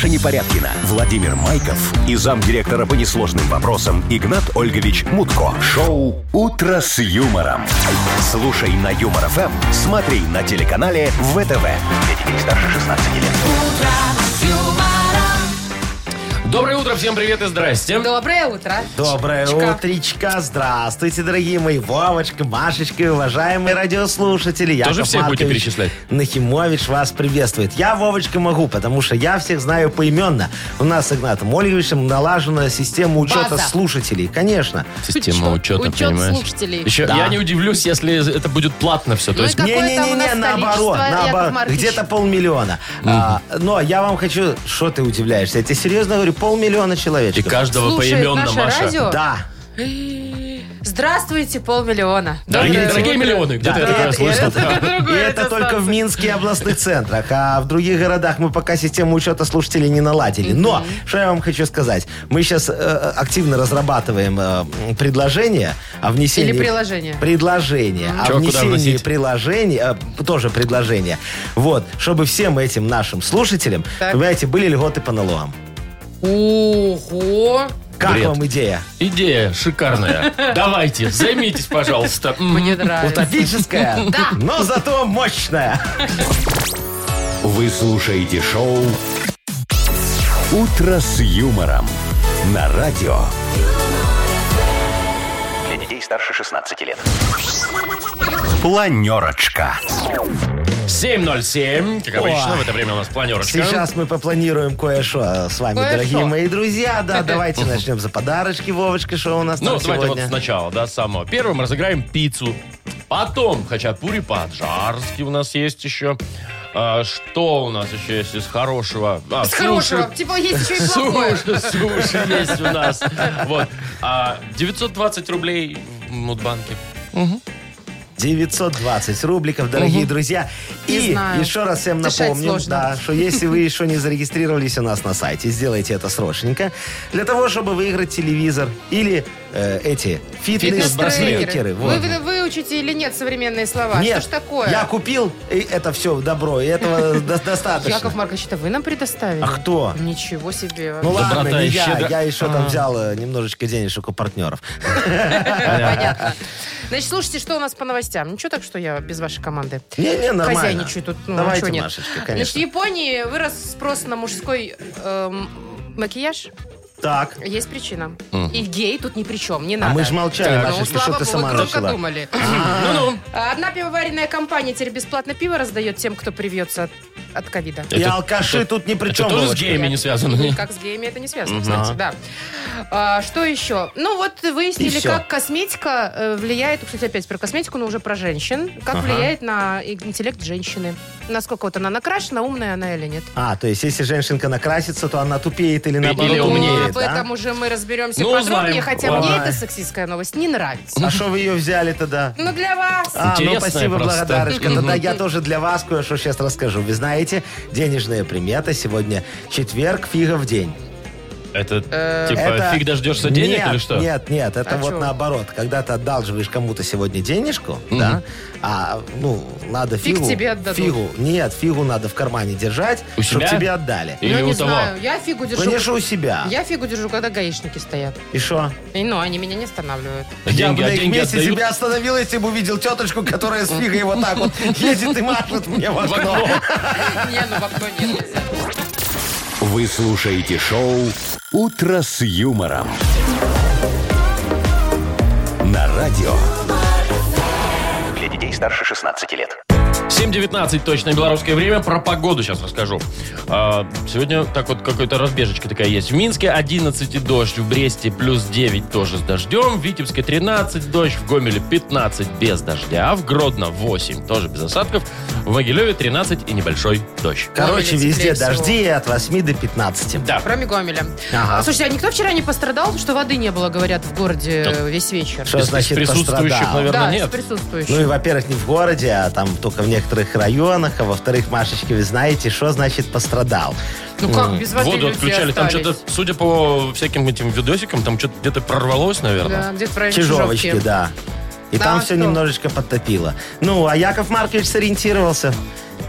Маша Непорядкина, Владимир Майков и замдиректора по несложным вопросам Игнат Ольгович Мутко. Шоу «Утро с юмором». Слушай на Юмор ФМ, смотри на телеканале ВТВ. Для детей старше 16 лет. Доброе утро, всем привет и здрасте. Доброе утро. Доброе утречко. Здравствуйте, дорогие мои Вовочка, Машечка, уважаемые радиослушатели. Тоже Яков всех будете Маркович перечислять? Нахимович вас приветствует. Я, Вовочка, могу, потому что я всех знаю поименно. У нас с Игнатом Ольговичем налажена система учета База. слушателей. Конечно. Система учета, Учет понимаешь? слушателей. Еще Да. я не удивлюсь, если это будет платно все. То Ну и есть как- Какое там у нас наоборот, количество, Яков Маркович? где-то 500 000. Но я вам хочу... Что ты удивляешься? Я тебе серьезно говорю, 500 000 и человечков. каждого Слушает поименно, наше Маша. радио? Да. Здравствуйте, 500 000. Дорогие, Доброе дорогие утро. миллионы, где Да, ты это такое слышал? И это только в Минске и областных центрах. А в других городах мы пока систему учета слушателей не наладили. Но, что я вам хочу сказать. Мы сейчас активно разрабатываем предложение о внесении... Или приложение. Предложение. О Чё, куда внесении вносить? приложения, тоже предложение. Вот, чтобы всем этим нашим слушателям, Так. понимаете, были льготы по налогам. Ого. Как Бред. вам идея? Идея шикарная. Давайте, займитесь, пожалуйста. Мне нравится. Утопическая, но зато мощная. Вы слушаете шоу «Утро с юмором» на радио. Для детей старше 16 лет. Планерочка. 7:07, как обычно, Ой. в это время у нас планерочка. Сейчас мы попланируем кое-что с вами, Кое-что. дорогие мои друзья. Да, давайте начнем за подарочки. Вовочка, что у нас Ну, там давайте вот сегодня? сначала, да, с самого. Первым разыграем пиццу. Потом хачапури по-аджарски у нас есть еще. Что у нас еще есть из хорошего? С хорошего. Типа есть еще и плохое. Суши есть у нас. Вот. 920 рублей в Мудбанке. 920 рубликов, дорогие друзья. Не И знаю. еще раз всем Дышать напомним, сложно. да, что если вы еще не зарегистрировались у нас на сайте, сделайте это срочненько. Для того, чтобы выиграть телевизор или эти фитнес-браслетеры. Вот. Вы выучите или нет современные слова? Нет, Что ж такое? я купил и это все добро, и этого достаточно. Яков Маркович, это вы нам предоставили? А кто? Ничего себе. Ну ладно, Доброта не и я. щедро- Я еще там взял немножечко денежек у партнеров. Понятно. Значит, слушайте, что у нас по новостям. Ничего так, что я без вашей команды Не, нормально. хозяйничаю тут. Ну, Давайте, ничего нет. Машечка, Значит, в конечно. Японии вырос спрос на мужской макияж. Так. Есть причина. И гей тут ни при чем, не А надо. мы же молчали, Так. Ну, Машечка, что слава ты богу, сама громко начала. думали. Ну-ну. Одна пивоваренная компания теперь бесплатно пиво раздает тем, кто привьется от ковида. И алкаши тут ни при Это чем. тоже с Вовочка. геями не связано? Никак с геями это не связано, кстати, да. Что еще? Ну вот И выяснили, всё. как косметика влияет, кстати, опять про косметику, но уже про женщин, как влияет на интеллект женщины. Насколько вот она накрашена, умная она или нет. То есть если женщинка накрасится, то она тупеет или наоборот Или умнеет, Ну, умнеет, об да? этом уже мы разберемся Ну, подробнее, узнаем. хотя Ой. мне эта сексистская новость не нравится. А что вы ее взяли тогда? Ну, для вас. Ну Интересная спасибо, просто. благодарочка. Тогда я тоже для вас кое-что сейчас расскажу. Вы знаете, денежная примета сегодня четверг, фигов день. Это типа Это- фиг дождешься денег Нет, или что? Нет, это А вот чё? наоборот. Когда ты одалживаешь кому-то сегодня денежку, да, надо Фиг фигу... тебе отдадут. Фигу надо в кармане держать, У чтобы себя? тебе отдали. Или Ну, не у того? знаю, я фигу держу. Конечно, у себя. Я фигу держу, когда гаишники стоят. И что? И, ну, они меня не останавливают. Я бы на их деньги месте отдают? себя остановил, если бы увидел теточку, которая с фигой вот так вот едет и машет мне в окно. Не, ну в окно нет. Вы слушаете шоу «Утро с юмором» на радио. Для детей старше 16 лет. 7:19 точное белорусское время. Про погоду сейчас расскажу. Сегодня так вот какая-то разбежечка такая есть. В Минске 11 и дождь, в Бресте плюс 9 тоже с дождем, в Витебске 13 дождь, в Гомеле 15 без дождя, в Гродно 8 тоже без осадков, в Могилеве 13 и небольшой дождь. Короче, Гомеле везде теплее всего. дожди от 8 до 15. Да. Кроме Гомеля. Ага. Слушайте, а никто вчера не пострадал, что воды не было, говорят, в городе Так. весь вечер? Что Из значит присутствующих, пострадал? наверное, Да, нет. из присутствующих. Ну и, во-первых, не в городе, а там только в некоторых районах, а во-вторых, Машечка, вы знаете, что значит пострадал? Ну как, без воды Воду люди отключали. Там остались? что-то, судя по всяким этим видосикам, там что-то где-то прорвалось, наверное. Да, где-то в районе Чижовочки, Чижовки. да. И Да, там а все что? немножечко подтопило. Ну, а Яков Маркович сориентировался.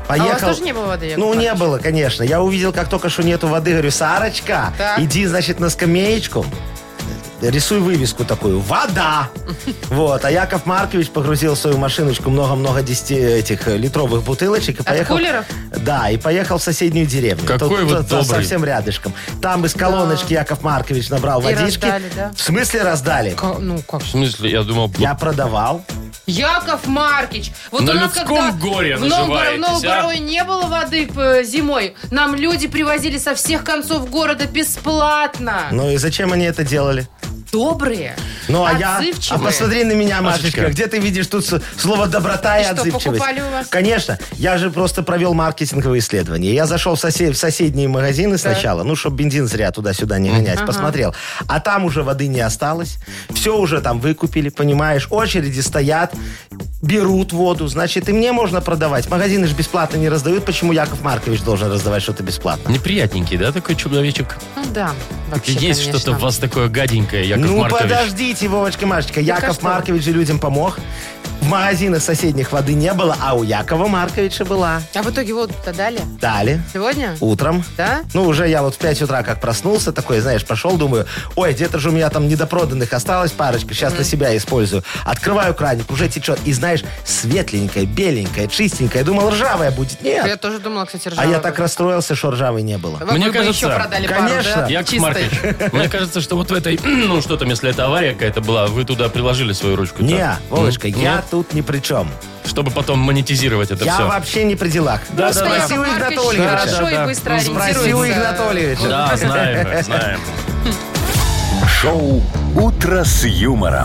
А у вас тоже не было воды, Яков Ну, не Маркович? было, конечно. Я увидел, как только что нету воды, говорю, Сарочка, Так. иди, значит, на скамеечку, рисуй вывеску такую: «Вода». Вот. А Яков Маркович погрузил в свою машиночку много-много 10 этих литровых бутылочек и поехал... кулеров? Да, и поехал в соседнюю деревню. Какой вы добрый. Совсем рядышком. Там из колоночки Яков Маркович набрал И водички. раздали, да? В смысле раздали? Ну, как? В смысле, я думал... Я продавал. Яков Маркич, вот На у нас людском когда горе в наживаетесь, Новгороде не было воды зимой, нам люди привозили со всех концов города бесплатно. Ну и зачем они это делали? Добрые, Ну, а отзывчивые. посмотри на меня, Машечка. Машечка. Где ты видишь тут слово доброта и И что, отзывчивость? покупали у вас? Конечно. Я же просто провел маркетинговые исследования. Я зашел в соседние магазины сначала, ну, чтобы бензин зря туда-сюда не гонять. Посмотрел. А там уже воды не осталось. Все уже там выкупили, понимаешь. Очереди стоят, берут воду. Значит, и мне можно продавать. Магазины же бесплатно не раздают. Почему Яков Маркович должен раздавать что-то бесплатно? Неприятненький, да, такой человечек? Ну да, вообще, Есть конечно. что-то в вас такое гаденькое, Яков Ну, Маркович. подождите, Вовочка, Машечка. а Яков что? Маркович же людям помог. В магазинах соседних воды не было, а у Якова Марковича была. А в итоге воду-то дали? Дали. Сегодня? Утром. Да? Ну, уже я вот в 5 утра как проснулся, такой, знаешь, пошел, думаю, ой, где-то же у меня там недопроданных осталось парочка, сейчас на себя использую. Открываю краник, уже течет. И знаешь, светленькая, беленькая, чистенькая. Думал, ржавая будет. Нет. Я тоже думала, кстати, А ржавая я так будет. расстроился, что ржавой не было. Вы Мне бы кажется, еще продали конечно. пару, да? Яков Чистой. Маркович, мне кажется, что вот в этой, ну что там, если это авария какая-то была, вы туда приложили свою ручку. Не, Вовочка, Нет? я тут ни при чем. Чтобы потом монетизировать это Я все. вообще не при делах. Просто Спроси Яков у Игната Маркович Ольговича. хорошо Да. и быстро Спроси у ориентируется. Игната Ольговича. Да, знаем, знаем. Шоу «Утро с юмором».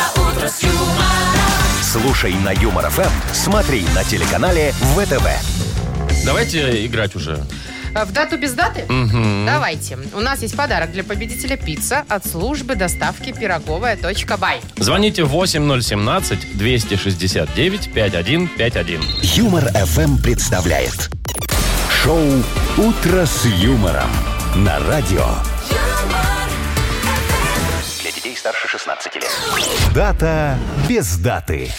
Слушай на Юмор ФМ, смотри на телеканале ВТВ. Давайте играть уже. В дату без даты? Давайте. У нас есть подарок для победителя: пицца от службы доставки пироговая.бай. Звоните 8017-269-5151. Юмор ФМ представляет шоу «Утро с юмором» на радио. Для детей старше 16 лет. Дата без даты.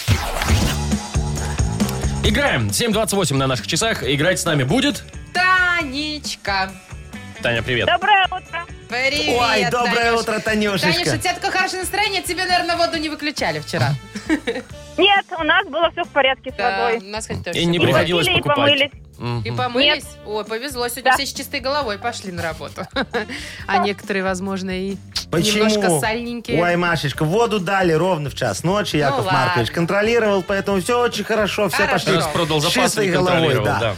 Играем. 7:28 на наших часах. Играть с нами будет... Танечка. Таня, привет. Доброе утро. Привет, Ой, доброе Танюш. утро, Танюшечка. Танюша, у тебя такое хорошее настроение, тебе, наверное, воду не выключали вчера. Нет, у нас было все в порядке с Да, водой. у нас хоть тоже И не всё было. приходилось Попили и покупать. помылись. И помылись? Ой, повезло. Сегодня все с чистой головой пошли на работу. А некоторые, возможно, и Почему? немножко сальненькие. Ой, Машечка, воду дали ровно в час ночи. Яков ладно. Маркович контролировал, поэтому все очень хорошо, все Хорошо. пошли Раз продал с запасы, чистой не головой. контролировал,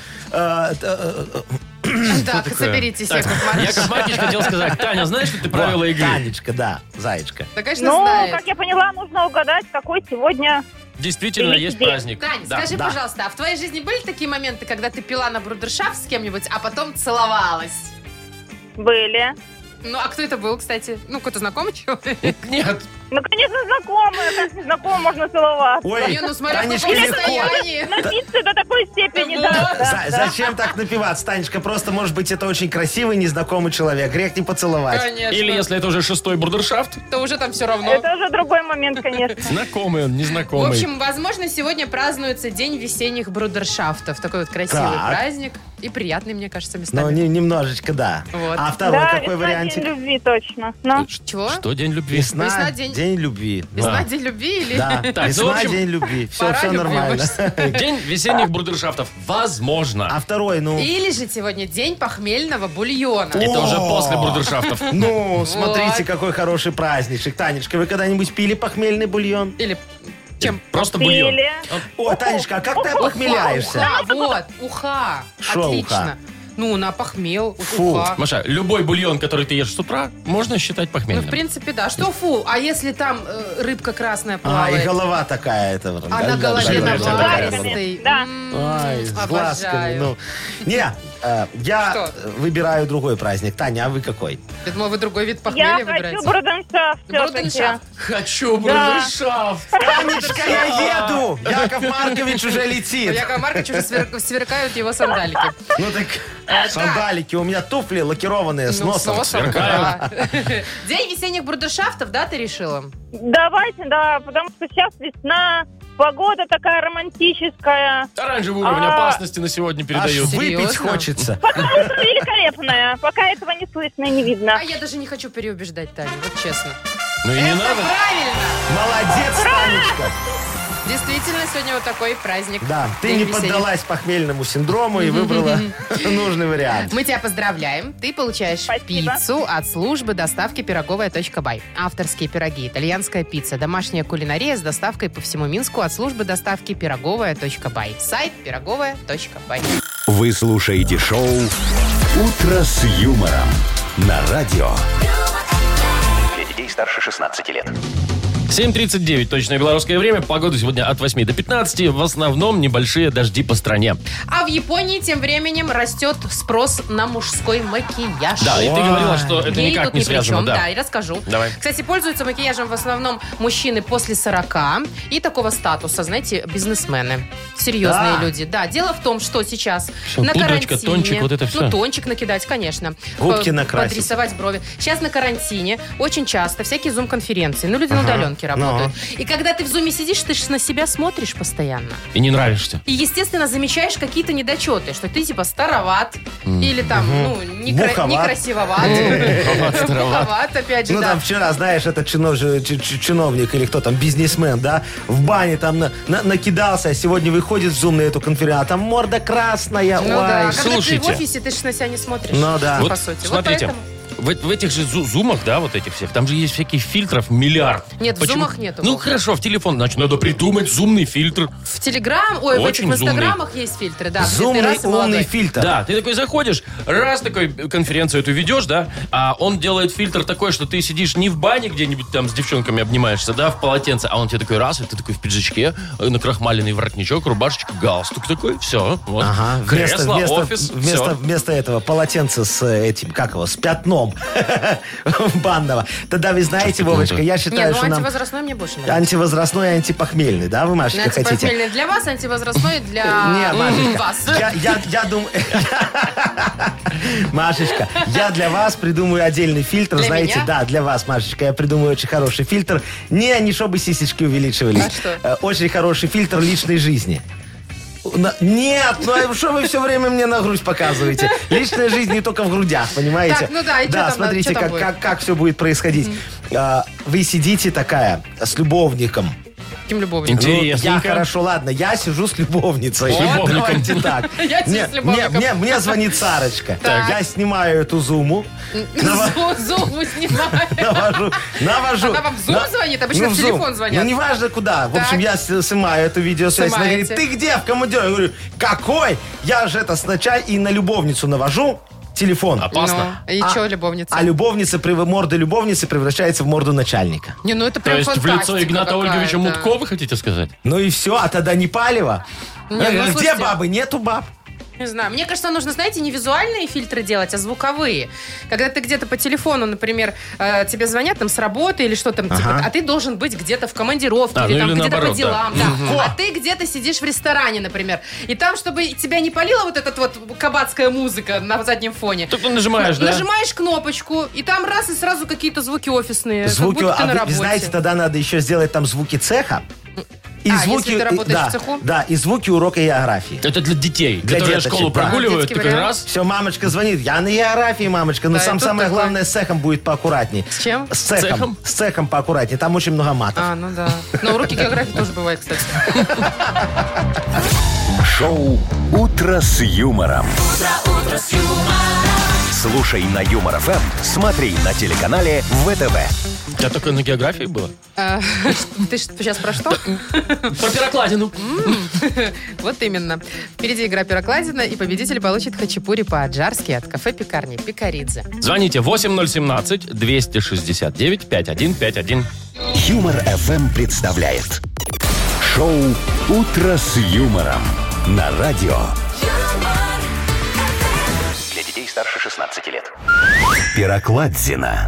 Так, соберитесь, Так, Яков Маркович. Яков Маркович хотел сказать, Таня, знаешь, что ты правила Вот, игры? Танечка, да, зайчка. Да, конечно, Ну, знает. как я поняла, нужно угадать, какой сегодня... Действительно, Великий есть день. праздник. Тань, Да. скажи, да. пожалуйста, а в твоей жизни были такие моменты, когда ты пила на брудершафт с кем-нибудь, а потом целовалась? Были. Ну, а кто это был, кстати? Ну, какой-то знакомый человек? Нет, Ну, конечно, знакомые. Как незнакомым можно целоваться. Ой, Не, ну, смотря в Танечка, каком легко. состоянии. Напиться до такой степени, Вот. да. да, да. Зачем так напиваться, Танечка? Просто, может быть, это очень красивый, незнакомый человек. Грех не поцеловать. Конечно. или если это уже 6-й бурдершафт, то уже там все равно. Это уже другой момент, конечно. знакомый он, В незнакомый. общем, возможно, сегодня празднуется День весенних брудершафтов. Такой вот красивый Так. праздник. И приятный, мне кажется, Ну, местами. немножечко, да. Вот. А второй Да, какой весна, вариантик? день любви, точно. Ну, Чего? Что, день любви? Весна, Весна, день- любви. Весна, Да. День любви или... Да, Так, весна, ну, в общем, день любви. Все, пора все любви, нормально. День весенних бурдершафтов. Возможно. А второй, ну... Или же сегодня День похмельного бульона. Это уже О! после бурдершафтов. Ну, смотрите, Вот. какой хороший праздничек. Танечка, вы когда-нибудь пили похмельный бульон? Или чем? Просто бульон. пили. О, Танечка, а как ты опохмеляешься? Уха, вот, уха. Шо Отлично. уха? Ну, на похмел, Фу. уха. Маша, любой бульон, который ты ешь с утра, можно считать Ну, похмельным. в принципе, да. Что фу? А если там рыбка красная А, и плавает? голова такая. Это, А на голове жареная наваристый. Да. Ай, с глазками. Обожаю. Ну. Не, я Что? выбираю другой праздник. Таня, а вы какой? Я думала, вы другой вид Я похмелья хочу выбираете. брудершафт все-таки. Брудершафт. Хочу Да. бурдершафт. Танечка, я еду! Яков Маркович уже У летит. Якова Марковича уже сверкают его сандалики. Ну так, сандалики, у меня туфли лакированные с Ну, носом. да. День весенних брудершафтов, да, ты решила? Давайте, да, потому что сейчас весна, Погода такая романтическая. Оранжевый уровень опасности на сегодня Аж передают. выпить Серьезно? хочется. Пока утро великолепное. Пока этого не слышно и не видно. А я даже не хочу переубеждать Таню, вот честно. Ну и не Это надо. правильно! Молодец, Танечка. Действительно, сегодня вот такой праздник. Да, ты День не веселья. поддалась похмельному синдрому и выбрала нужный вариант. Мы тебя поздравляем. Ты получаешь Спасибо. пиццу от службы доставки пироговая.бай. Авторские пироги, итальянская пицца, домашняя кулинария с доставкой по всему Минску от службы доставки пироговая.бай. Сайт пироговая.бай. Вы слушаете шоу «Утро с юмором» на радио. Для детей старше 16 лет. 7:39, точное белорусское время. Погода сегодня от 8 до 15. В основном небольшие дожди по стране. А в Японии тем временем растет спрос на мужской макияж. Да, и ты говорила, что это Геи никак тут не ни при связано. чем, Да. да, и расскажу. Давай. Кстати, пользуются макияжем в основном мужчины после 40 и такого статуса, знаете, бизнесмены. Серьезные Да. люди. Да, дело в том, что сейчас Всё, на пудрочка, карантине... тончик, вот это всё. Ну, тончик накидать, конечно. Губки накрасить. Подрисовать брови. Сейчас на карантине очень часто всякие зум-конференции. Ну, люди на удаленке работают. И когда ты в зуме сидишь, ты же на себя смотришь постоянно. И не нравишься. И, естественно, замечаешь какие-то недочеты, что ты типа староват, или там, ну, Буховат. некрасивоват. Буховат, опять же, Ну, да. там вчера, знаешь, этот чиновник или кто там, бизнесмен, да, в бане там накидался, а сегодня выходит в зум на эту конференцию, а там морда красная, Ну да, ой. когда ты в слушайте. офисе, ты же на себя не смотришь. Ну да. По Вот сути. Вот смотрите, поэтому. в этих же зумах, да, вот этих всех, там же есть всяких фильтров миллиард. Нет, в Почему? зумах нету, Ну, Вов. хорошо, в телефон, значит, надо придумать зумный фильтр. В Телеграм, ой, в этих Очень в Инстаграмах есть фильтры, да. где ты Зумный раз и молодой. умный фильтр. Да, ты такой заходишь, раз такой конференцию эту ведешь, да, а он делает фильтр такой, что ты сидишь не в бане где-нибудь там с девчонками обнимаешься, да, в полотенце, а он тебе такой раз, и ты такой в пиджачке, накрахмаленный воротничок, рубашечка, галстук такой, все, вот. Ага, Кресло, офис, все. вместо этого полотенца с этим, как его, с пятном банного. Тогда вы знаете, Вовочка, я Нет, считаю, ну что нам антивозрастной мне больше нравится. антивозрастной и антипохмельный, да, вы, Машечка, хотите? Антипохмельный для вас, антивозрастной для Не, Машечка, вас. я думаю... Машечка, я для вас придумаю отдельный фильтр, Для знаете, меня? да, для вас, Машечка, я придумаю очень хороший фильтр. Не чтобы сисечки увеличивались. А что? Очень хороший фильтр личной жизни. Нет, ну а что вы все время мне на грудь показываете? Личная жизнь не только в грудях, понимаете? Так, ну да, и чё Да, там, смотрите, чё там будет? как все будет происходить. Вы сидите такая с любовником. Каким любовником? Интересненько. Я хорошо, ладно, я сижу с любовницей. С любовником. Давайте так. Я сижу Не, с любовником. Мне звонит Сарочка. Так. Я снимаю эту зуму, Зуму снимаю. навожу. Она вам в Zoom звонит? Обычно в Zoom. телефон звонят. Ну, неважно куда. В общем, Так. я снимаю эту видеосвязь. Она говорит, Снимаете. ты где, в командировке? Я говорю, какой? Я же это сначала и на любовницу навожу телефон. Опасно. Ну, и что, любовница? А морда любовницы превращается в морду начальника. Не, ну это То прям есть в фантастика лицо Игната какая-то. Ольговича Мутко, вы хотите сказать? Ну и все, а тогда не палево. Не, ну, Где слушайте, бабы? Нету баб. Не знаю. Мне кажется, нужно, знаете, не визуальные фильтры делать, а звуковые. Когда ты где-то по телефону, например, тебе звонят там с работы или что там, типа, а ты должен быть где-то в командировке А, или ну там или где-то наоборот, по делам. да. Да. А ты где-то сидишь в ресторане, например. И там, чтобы тебя не палила вот эта вот кабацкая музыка на заднем фоне. Только нажимаешь, да? Нажимаешь кнопочку, и там раз и сразу какие-то звуки офисные. Звуки, как будто ты на вы работе. знаете, тогда надо еще сделать там звуки цеха. И если ты работаешь да, в цеху? Да, и звуки урока географии. Это для детей, Для которые деточек, школу да. прогуливают, Детский такой вариант. раз. Все, мамочка звонит. Я на географии, мамочка. Но Да, и тут самое такой- главное, с цехом будет поаккуратней. С чем? С цехом. Цехом? С цехом поаккуратней. Там очень много матов. А, ну да. На уроке географии тоже бывает, кстати. Шоу «Утро с юмором». Слушай на Юмор ФМ, смотри на телеканале ВТВ. У тебя только на географии было? Ты сейчас про что? Про пирокладину. Вот именно. Впереди игра «Пирокладина», и победитель получит хачапури по-аджарски от кафе-пекарни «Пикаридзе». Звоните 8017-269-5151. Юмор ФМ представляет шоу «Утро с юмором» на радио. Для детей старше 16 лет. Пирокладзина.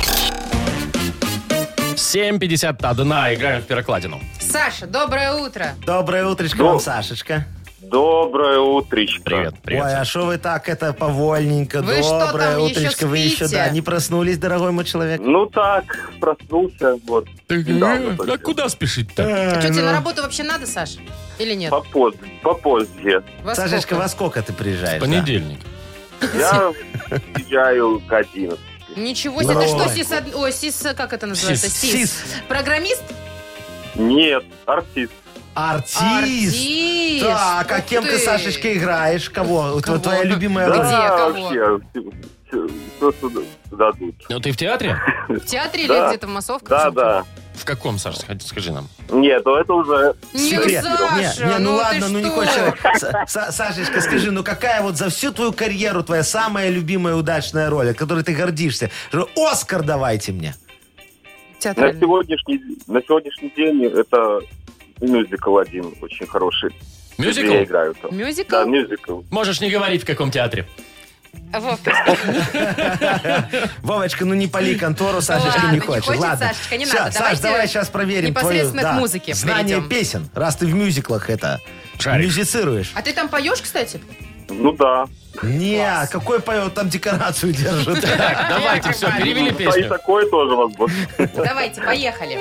7:50 до дна. Играем в пирокладину. Саша, доброе утро. Доброе утречко вам, Сашечка. Доброе утречко. Привет, привет. Ой, а что вы так это повольненько? Вы что Доброе там, еще утречко. Вы еще, спите? да, не проснулись, дорогой мой человек? Ну так, проснулся, вот. недавно А только. куда спешить-то? Что, тебе на работу вообще надо, Саш? Или нет? Попозже. Во Сашечка, сколько? во сколько ты приезжаешь? Понедельник. Я приезжаю к 11. Ничего себе, ты что, Давай. как это называется? Сис. СИС. Программист? Нет, артист. Артист! Так, а Ух кем ты, ты. Сашечка, играешь? Кого? Кого? Твоя любимая Где? роль? Кого? Вообще, все сюда дадут. Ну, ты в театре? В театре Да. или где-то в массовке? Да. В каком, Саш? Скажи нам. Нет, ну это уже... Не, Секрет. Саша, Не, ну ты ладно, ну не что? хочешь человек. Сашечка, скажи, ну какая вот за всю твою карьеру твоя самая любимая удачная роль, от которой ты гордишься? Оскар давайте мне. На Театральный. сегодняшний день это мюзикл один очень хороший. Мюзикл? Я играю там. Мюзикл? Да, мюзикл. Можешь не говорить, в каком театре. Вовка, Вовочка, ну не пали контору, Сашечка Ладно, не не хочет. хочет, Ладно. Сашечка, не Всё, надо. Саш, Давайте давай сейчас проверим твою непосредственно к музыке знание перейдем. песен, раз ты в мюзиклах это Шарик. мюзицируешь. А ты там поешь, кстати? Ну да. Не, какой поет, там декорацию держит. Так, давайте, все, перевели И песню. такое тоже возможно. Давайте, поехали.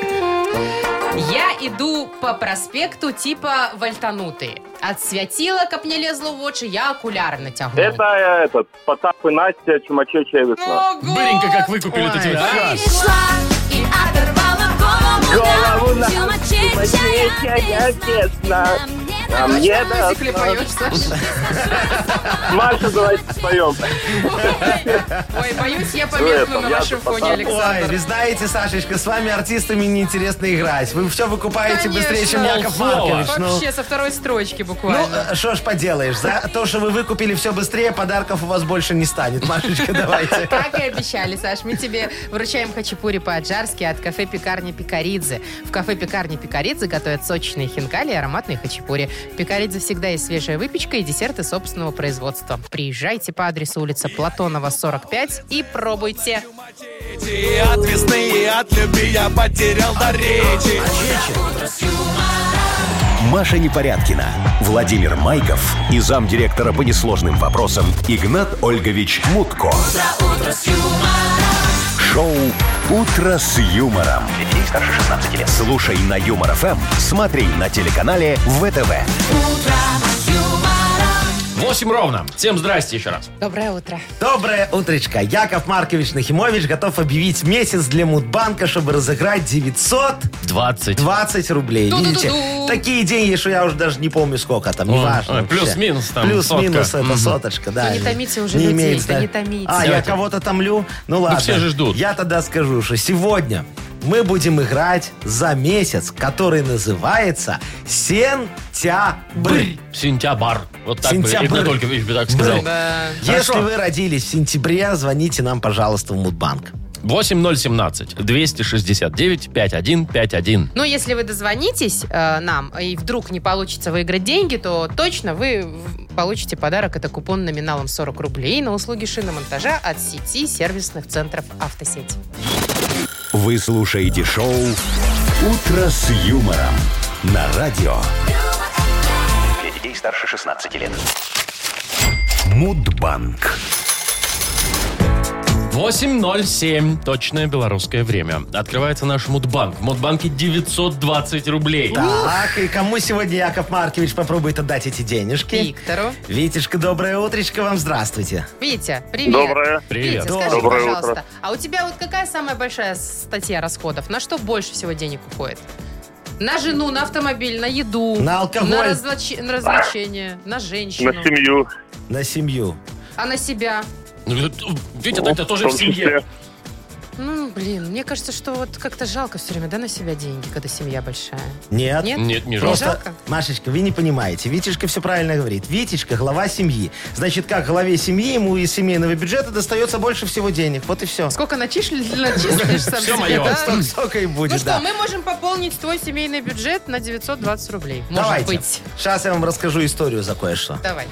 Я иду по проспекту типа вальтанутый. От святила, каб не лезло в очи, я окуляр натягну. Это этот, Потап и Настя, Чумачечья весна. Быренько как выкупили-то Ой, тебя. а? Пришла и оторвала голову нам. Чумачечья весна. А мне В да. мюзикле поешь, Саша? Маша, давайте споем. Ой, боюсь, я померкну на Я вашем тут фоне, Потап. Ой, Александр. вы знаете, Сашечка, с вами артистами неинтересно играть. Вы все выкупаете Конечно. быстрее, чем Яков Полслова. Маркович. Ну, Вообще, со второй строчки ну, буквально. что ж поделаешь, за то, что вы выкупили все быстрее, подарков у вас больше не станет. Машечка, давайте. Как и обещали, Саш, мы тебе вручаем хачапури по-аджарски от кафе-пекарни Пикаридзе. В кафе-пекарни Пикаридзе готовят сочные хинкали и ароматные хачапури. В Пикаридзе всегда есть свежая выпечка и десерты собственного производства. Приезжайте по адресу улица Платонова, 45 и пробуйте. И от весны, и от любви я потерял до речи. Маша Непорядкина, Владимир Майков и замдиректора по несложным вопросам Игнат Ольгович Мутко. Шоу «Утро с юмором». Для детей старше 16 лет. Слушай на Юмор ФМ, смотри на телеканале ВТВ. 8 ровно. Всем здрасте еще раз. Доброе утро. Доброе утречко. Яков Маркович Нахимович готов объявить месяц для Мудбанка, чтобы разыграть 920 20. рублей. Ду-ду-ду-ду. Видите? Такие деньги, что я уже даже не помню сколько там, Ой, неважно. ой, вообще. плюс-минус там Плюс-минус сотка. это Мгм. соточка, да. Ну, не томите уже людей, имеет да зна- не томите. А, я Давайте. кого-то томлю? Ну ладно. все же ждут. Я тогда скажу, что сегодня мы будем играть за месяц, который называется сентябрь. Сентябрь. Вот так Сентябрь. бы Игнат Ольгович бы так сказал. Да. Если Хорошо. вы родились в сентябре, звоните нам, пожалуйста, в Мудбанк. 8017-269-5151. Ну, если вы дозвонитесь нам и вдруг не получится выиграть деньги, то точно вы получите подарок. Это купон номиналом 40 рублей на услуги шиномонтажа от сети сервисных центров «Автосеть». Вы слушаете шоу «Утро с юмором» на радио. Для детей старше 16 лет. Мудбанк. 8:07. Точное белорусское время. Открывается наш Мудбанк. В Мудбанке 920 рублей. Так, и кому сегодня Яков Маркович попробует отдать эти денежки? Виктору. Витюшка, доброе утречко вам, здравствуйте. Витя, привет. Доброе. Привет. Витя, скажи, Доброе пожалуйста, утро. а у тебя вот какая самая большая статья расходов? На что больше всего денег уходит? На жену, на автомобиль, на еду, На алкоголь. на развлечения, на женщину, На семью. На семью. а на себя. Ну, Витя так-то тоже в том семье. числе. Ну, блин, мне кажется, что вот как-то жалко все время, да, на себя деньги, когда семья большая. Нет. Нет? Нет, не Просто- жалко. жалко? Машечка, вы не понимаете. Витюшка все правильно говорит. Витечка глава семьи. Значит, как главе семьи, ему из семейного бюджета достается больше всего денег. Вот и все. Сколько начислишь сам Всё себе, моё. да? Столько и будет, Ну что, да. мы можем пополнить твой семейный бюджет на 920 рублей. Может Давайте. быть. Сейчас я вам расскажу историю за кое-что. Давайте.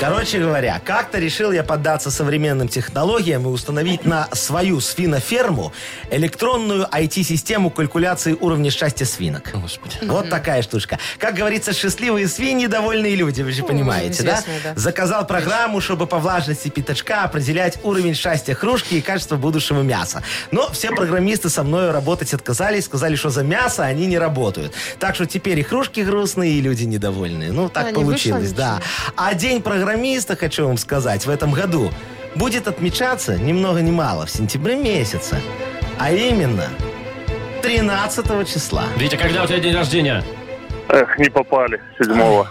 Короче говоря, как-то решил я поддаться современным технологиям и установить на свою свиноферму электронную IT-систему калькуляции уровня счастья свинок. Господи. Вот такая штучка. Как говорится, счастливые свиньи, довольные люди, вы же понимаете, да? известная, да. Заказал программу, чтобы по влажности пятачка определять уровень счастья хрюшки и качество будущего мяса. Но все программисты со мной работать отказались, сказали, что за мясо они не работают. Так что теперь и хрюшки грустные, и люди недовольные. Ну, так не вышло получилось, да. А День программиста, хочу вам сказать, в этом году будет отмечаться ни много ни мало в сентябре месяце. А именно 13 числа. Витя, когда у тебя день рождения? Эх, не попали. 7-го.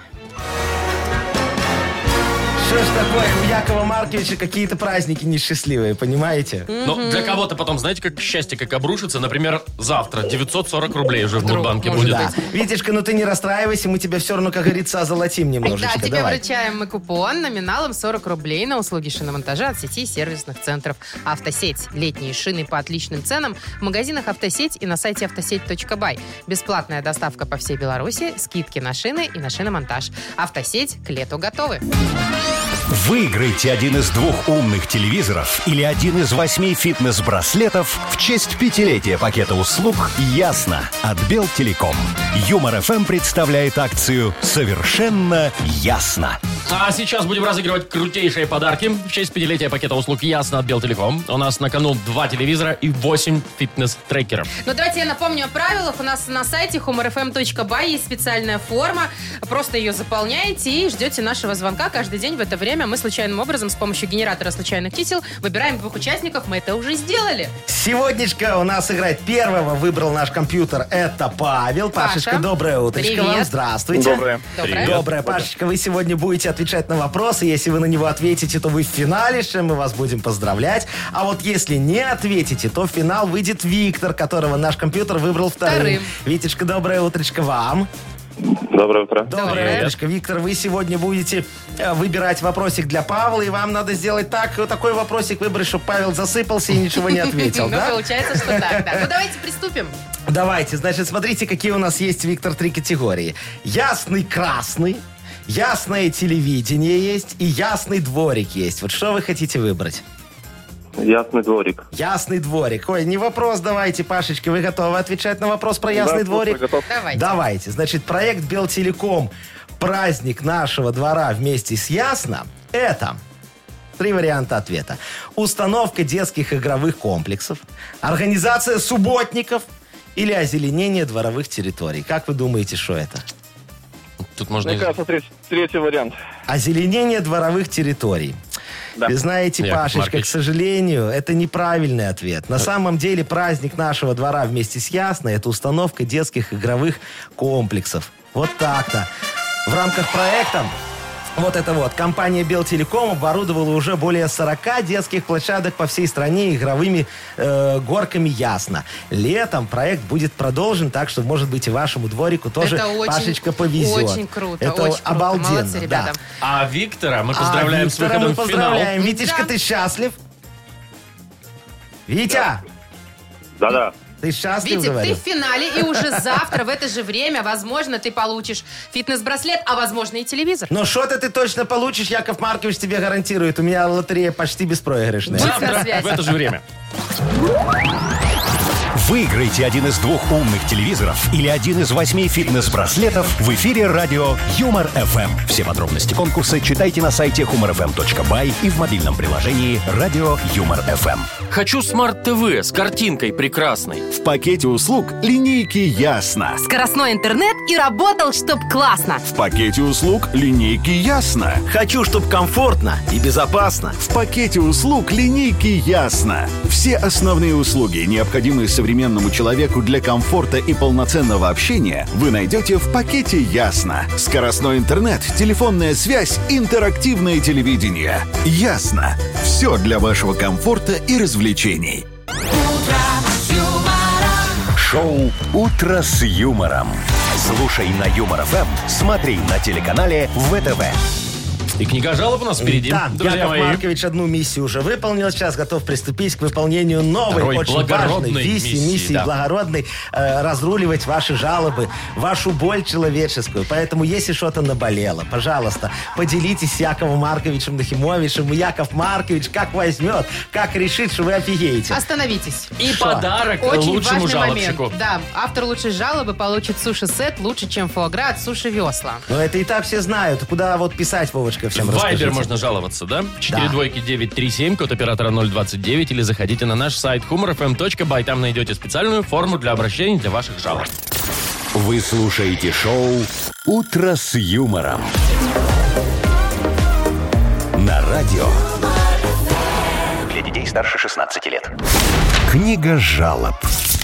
Что ж такое, у Якова Марковича какие-то праздники несчастливые, понимаете? Но для кого-то потом, знаете, как счастье, как обрушится. Например, завтра 940 рублей уже в Вдруг, Мудбанке может будет. Да. Витечка, ну ты не расстраивайся, мы тебя все равно, как говорится, озолотим немножечко. Да, тебе Давай. вручаем мы купон номиналом 40 рублей на услуги шиномонтажа от сети сервисных центров «Автосеть». Летние шины по отличным ценам в магазинах «Автосеть» и на сайте автосеть.бай. Бесплатная доставка по всей Беларуси, скидки на шины и на шиномонтаж. «Автосеть» к лету готовы. Выиграйте один из 2 умных телевизоров или один из 8 фитнес-браслетов в честь 5-летия пакета услуг «Ясно» от Белтелеком. Юмор-ФМ представляет акцию «Совершенно ясно». А сейчас будем разыгрывать крутейшие подарки в честь 5-летия пакета услуг «Ясно» от Белтелеком. У нас на кону 2 телевизора и 8 фитнес-трекеров. Ну, давайте я напомню о правилах. У нас на сайте humorfm.by есть специальная форма. Просто ее заполняете и ждете нашего звонка каждый день в это время. Мы случайным образом с помощью генератора случайных чисел выбираем 2 участников. Мы это уже сделали. Сегодняшка у нас играть первого выбрал наш компьютер. Это Павел. Паша. Пашечка, доброе утречко Привет. вам. Здравствуйте. Доброе. Доброе. Доброе, Пашечка, вы сегодня будете отвечать на вопросы. Если вы на него ответите, то вы в финале, с чем мы вас будем поздравлять. А вот если не ответите, то в финал выйдет Виктор, которого наш компьютер выбрал вторым. Витечка, доброе утречко вам. Доброе утро. Доброе Привет. утречко. Виктор, вы сегодня будете выбирать вопросик для Павла, и вам надо сделать такой вопросик выбрать, чтобы Павел засыпался и ничего не ответил, Ну, да? получается, что так, да. Ну, давайте приступим. Давайте, значит, смотрите, какие у нас есть, Виктор, 3 категории. Ясный красный, ясное телевидение есть и ясный дворик есть. Вот что вы хотите выбрать? Ясный дворик. Ясный дворик. Ой, не вопрос, давайте, Пашечка, вы готовы отвечать на вопрос про ясный Да, дворик? готов. Давайте. Давайте. Значит, проект Белтелеком «Праздник нашего двора вместе с Ясно» — это 3 варианта ответа. Установка детских игровых комплексов, организация субботников или озеленение дворовых территорий. Как вы думаете, что это? Тут можно... Мне кажется, третий вариант. Озеленение дворовых территорий. Да. Вы знаете, Яков Пашечка, Маркович. к сожалению, это неправильный ответ. На самом деле праздник нашего двора вместе с Ясно — это установка детских игровых комплексов. Вот так-то. В рамках проекта вот это вот. Компания Белтелеком оборудовала уже более 40 детских площадок по всей стране игровыми горками Ясно. Летом проект будет продолжен, так что, может быть, и вашему дворику тоже, Это очень, Пашечка, повезет. очень круто, Это очень круто. обалденно. Молодцы, да. ребята. А Виктора мы поздравляем с Виктора выходом мы в финал. поздравляем. Витечка, Да. ты счастлив? Витя, Да-да. ты счастлив, Витя, ты говорю? в финале, и уже завтра в это же время, возможно, ты получишь фитнес-браслет, а возможно и телевизор. Но что-то ты точно получишь, Яков Маркович тебе гарантирует. У меня лотерея почти беспроигрышная. Будь на Завтра связи. в это же время. Выиграйте один из 2 умных телевизоров или один из 8 фитнес-браслетов в эфире радио Юмор-ФМ. Все подробности конкурса читайте на сайте humorfm.by и в мобильном приложении радио Юмор-ФМ. Хочу смарт-ТВ с картинкой прекрасной. В пакете услуг линейки «Ясно». Скоростной интернет и работал, чтоб классно. В пакете услуг линейки «Ясно». Хочу, чтобы комфортно и безопасно. В пакете услуг линейки «Ясно». Все основные услуги, необходимые современному человеку для комфорта и полноценного общения, вы найдете в пакете «Ясно». Скоростной интернет, телефонная связь, интерактивное телевидение. «Ясно». Все для вашего комфорта и развлечений. Шоу «Утро с юмором». Слушай на Юмор-ФМ, смотри на телеканале ВТВ. И книга жалоб у нас впереди. Да, друзья Яков мои. Маркович одну миссию уже выполнил, сейчас готов приступить к выполнению новой, Второй очень важной благородной миссии, да. благородной, разруливать ваши жалобы, вашу боль человеческую. Поэтому, если что-то наболело, пожалуйста, поделитесь с Яковом Марковичем Нахимовичем. И Яков Маркович как возьмет, как решит, что вы офигеете. Остановитесь. И Шо? подарок Очень лучшему важный жалобщику. момент. Да, автор лучшей жалобы получит суши-сет лучше, чем фуагра от Суши Весла. Но это и так все знают. Куда вот писать, Вовочка, всем В расскажите. Вайбер можно жаловаться, да? 42937, код оператора 029, или заходите на наш сайт humorfm.by. Там найдете специальную форму для обращений для ваших жалоб. Вы слушаете шоу «Утро с юмором». На радио. Для детей старше 16 лет. Книга жалоб.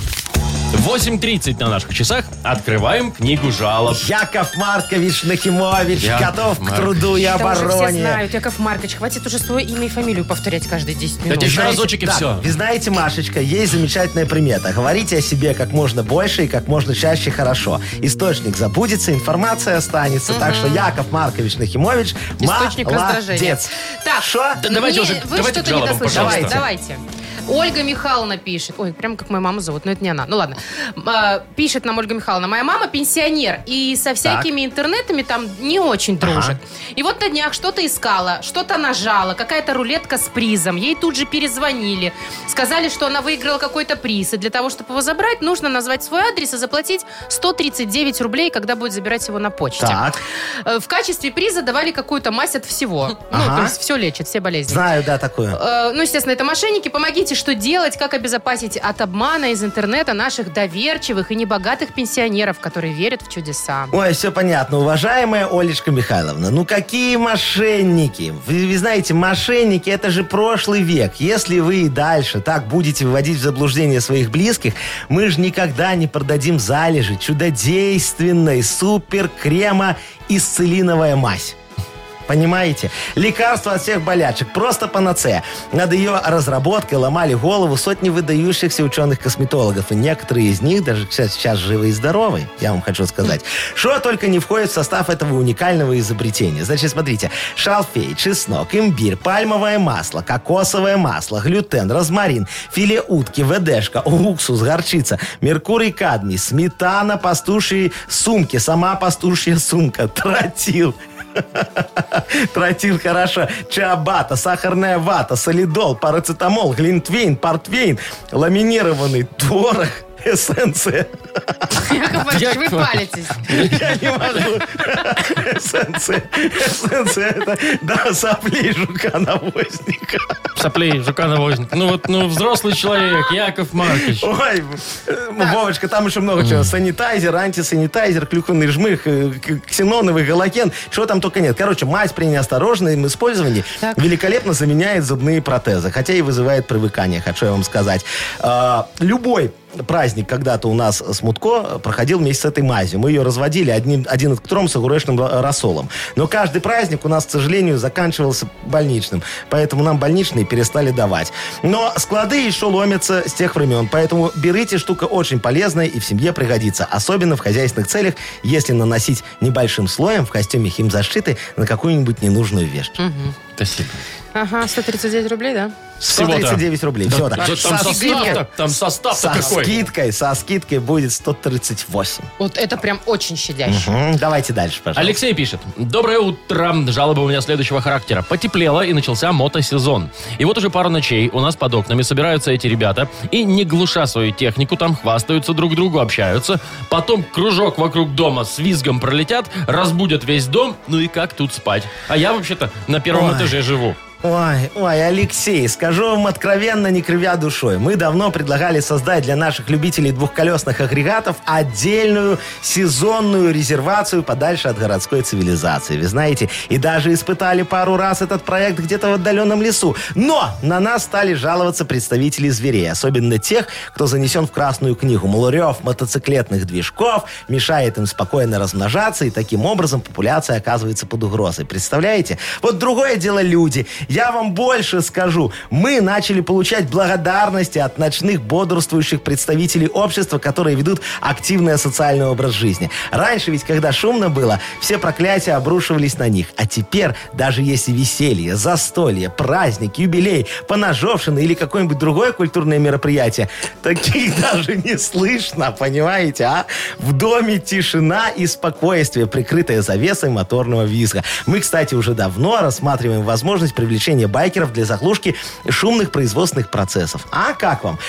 8:30 на наших часах. Открываем книгу жалоб. Яков Маркович Нахимович Яков готов к Маркович. труду и Это уже все обороне. знают, Яков Маркович. Хватит уже свое имя и фамилию повторять каждые 10 минут. Это еще Знаете, разочек и да, все. Вы знаете, Машечка, есть замечательная примета. Говорите о себе как можно больше и как можно чаще хорошо. Источник забудется, информация останется. Так что Яков Маркович Нахимович Источник раздражения. молодец. Так, Шо? Да давайте уже, вы давайте к что-то не жалобам, дослышали. пожалуйста. Давайте. Ольга Михайловна пишет. Ой, прям как мою маму зовут, но это не она. Ну ладно. Пишет нам Ольга Михайловна. Моя мама пенсионер и со всякими интернетами там не очень дружит. И вот на днях что-то искала, что-то нажала, какая-то рулетка с призом. Ей тут же перезвонили. Сказали, что она выиграла какой-то приз. И для того, чтобы его забрать, нужно назвать свой адрес и заплатить 139 рублей, когда будет забирать его на почте. Так. В качестве приза давали какую-то мазь от всего. Ну, то есть все лечит, все болезни. Знаю, да, такое. Ну, естественно, это мошенники. Помогите, что делать, как обезопасить от обмана из интернета наших доверчивых и небогатых пенсионеров, которые верят в чудеса. Ой, все понятно. Уважаемая Олечка Михайловна, ну какие мошенники? Вы знаете, мошенники — это же прошлый век. Если вы и дальше так будете выводить в заблуждение своих близких, мы же никогда не продадим залежи чудодейственной супер-крема исцелиновая мазь. Понимаете? Лекарство от всех болячек. Просто панацея. Над ее разработкой ломали голову сотни выдающихся ученых-косметологов. И некоторые из них даже сейчас живы и здоровы. Я вам хочу сказать. Что только не входит в состав этого уникального изобретения. Значит, смотрите. Шалфей, чеснок, имбирь, пальмовое масло, кокосовое масло, глютен, розмарин, филе утки, ведешка, уксус, горчица, меркурий, кадмий, сметана, пастушьи сумки, сама пастушья сумка, тротил. Тротил, хорошо. Чиабата, сахарная вата, солидол, парацетамол, глинтвейн, портвейн, ламинированный творог, эссенция. Яков Маркович, вы палитесь. Я не могу. Эссенция это, да, соплей жука-навозника. Соплей, жука-навозника. Ну вот, взрослый человек, Яков Маркович. Ой, Вовочка, там еще много чего. Санитайзер, антисанитайзер, клюквенный жмых, ксеноновый галоген. Чего там только нет. Короче, мазь при неосторожном использовании великолепно заменяет зубные протезы. Хотя и вызывает привыкание, хочу я вам сказать. Любой праздник когда-то у нас с Мутко проходил вместе с этой мазью. Мы ее разводили один к трем с огуречным рассолом. Но каждый праздник у нас, к сожалению, заканчивался больничным. Поэтому нам больничные перестали давать. Но склады еще ломятся с тех времен. Поэтому берите, штука очень полезная и в семье пригодится. Особенно в хозяйственных целях, если наносить небольшим слоем в костюме химзащиты на какую-нибудь ненужную вещь. Спасибо. Ага, 139 рублей, да? 139 рублей. Все, да. Там состав-то какой. Со скидкой будет 138. Вот это прям очень щадяще. Давайте дальше, пожалуйста. Алексей пишет. Доброе утро. Жалоба у меня следующего характера. Потеплело и начался мотосезон. И вот уже пару ночей у нас под окнами собираются эти ребята и, не глуша свою технику, там хвастаются друг другу, общаются. Потом кружок вокруг дома с визгом пролетят, разбудят весь дом. Ну и как тут спать? А я вообще-то на первом этаже живу. Ой, Алексей, скажу вам откровенно, не кривя душой. Мы давно предлагали создать для наших любителей двухколесных агрегатов отдельную сезонную резервацию подальше от городской цивилизации. Вы знаете, и даже испытали пару раз этот проект где-то в отдаленном лесу. Но на нас стали жаловаться представители зверей, особенно тех, кто занесен в Красную книгу. Мол, рев мотоциклетных движков мешает им спокойно размножаться, и таким образом популяция оказывается под угрозой. Представляете? Вот другое дело люди. Я вам больше скажу. Мы начали получать благодарности от ночных бодрствующих представителей общества, которые ведут активный социальный образ жизни. Раньше ведь, когда шумно было, все проклятия обрушивались на них. А теперь, даже если веселье, застолье, праздник, юбилей, поножовщина или какое-нибудь другое культурное мероприятие, таких даже не слышно, понимаете, а? В доме тишина и спокойствие, прикрытое завесой моторного визга. Мы, кстати, уже давно рассматриваем возможность привлечения байкеров для заглушки шумных производственных процессов. А как вам?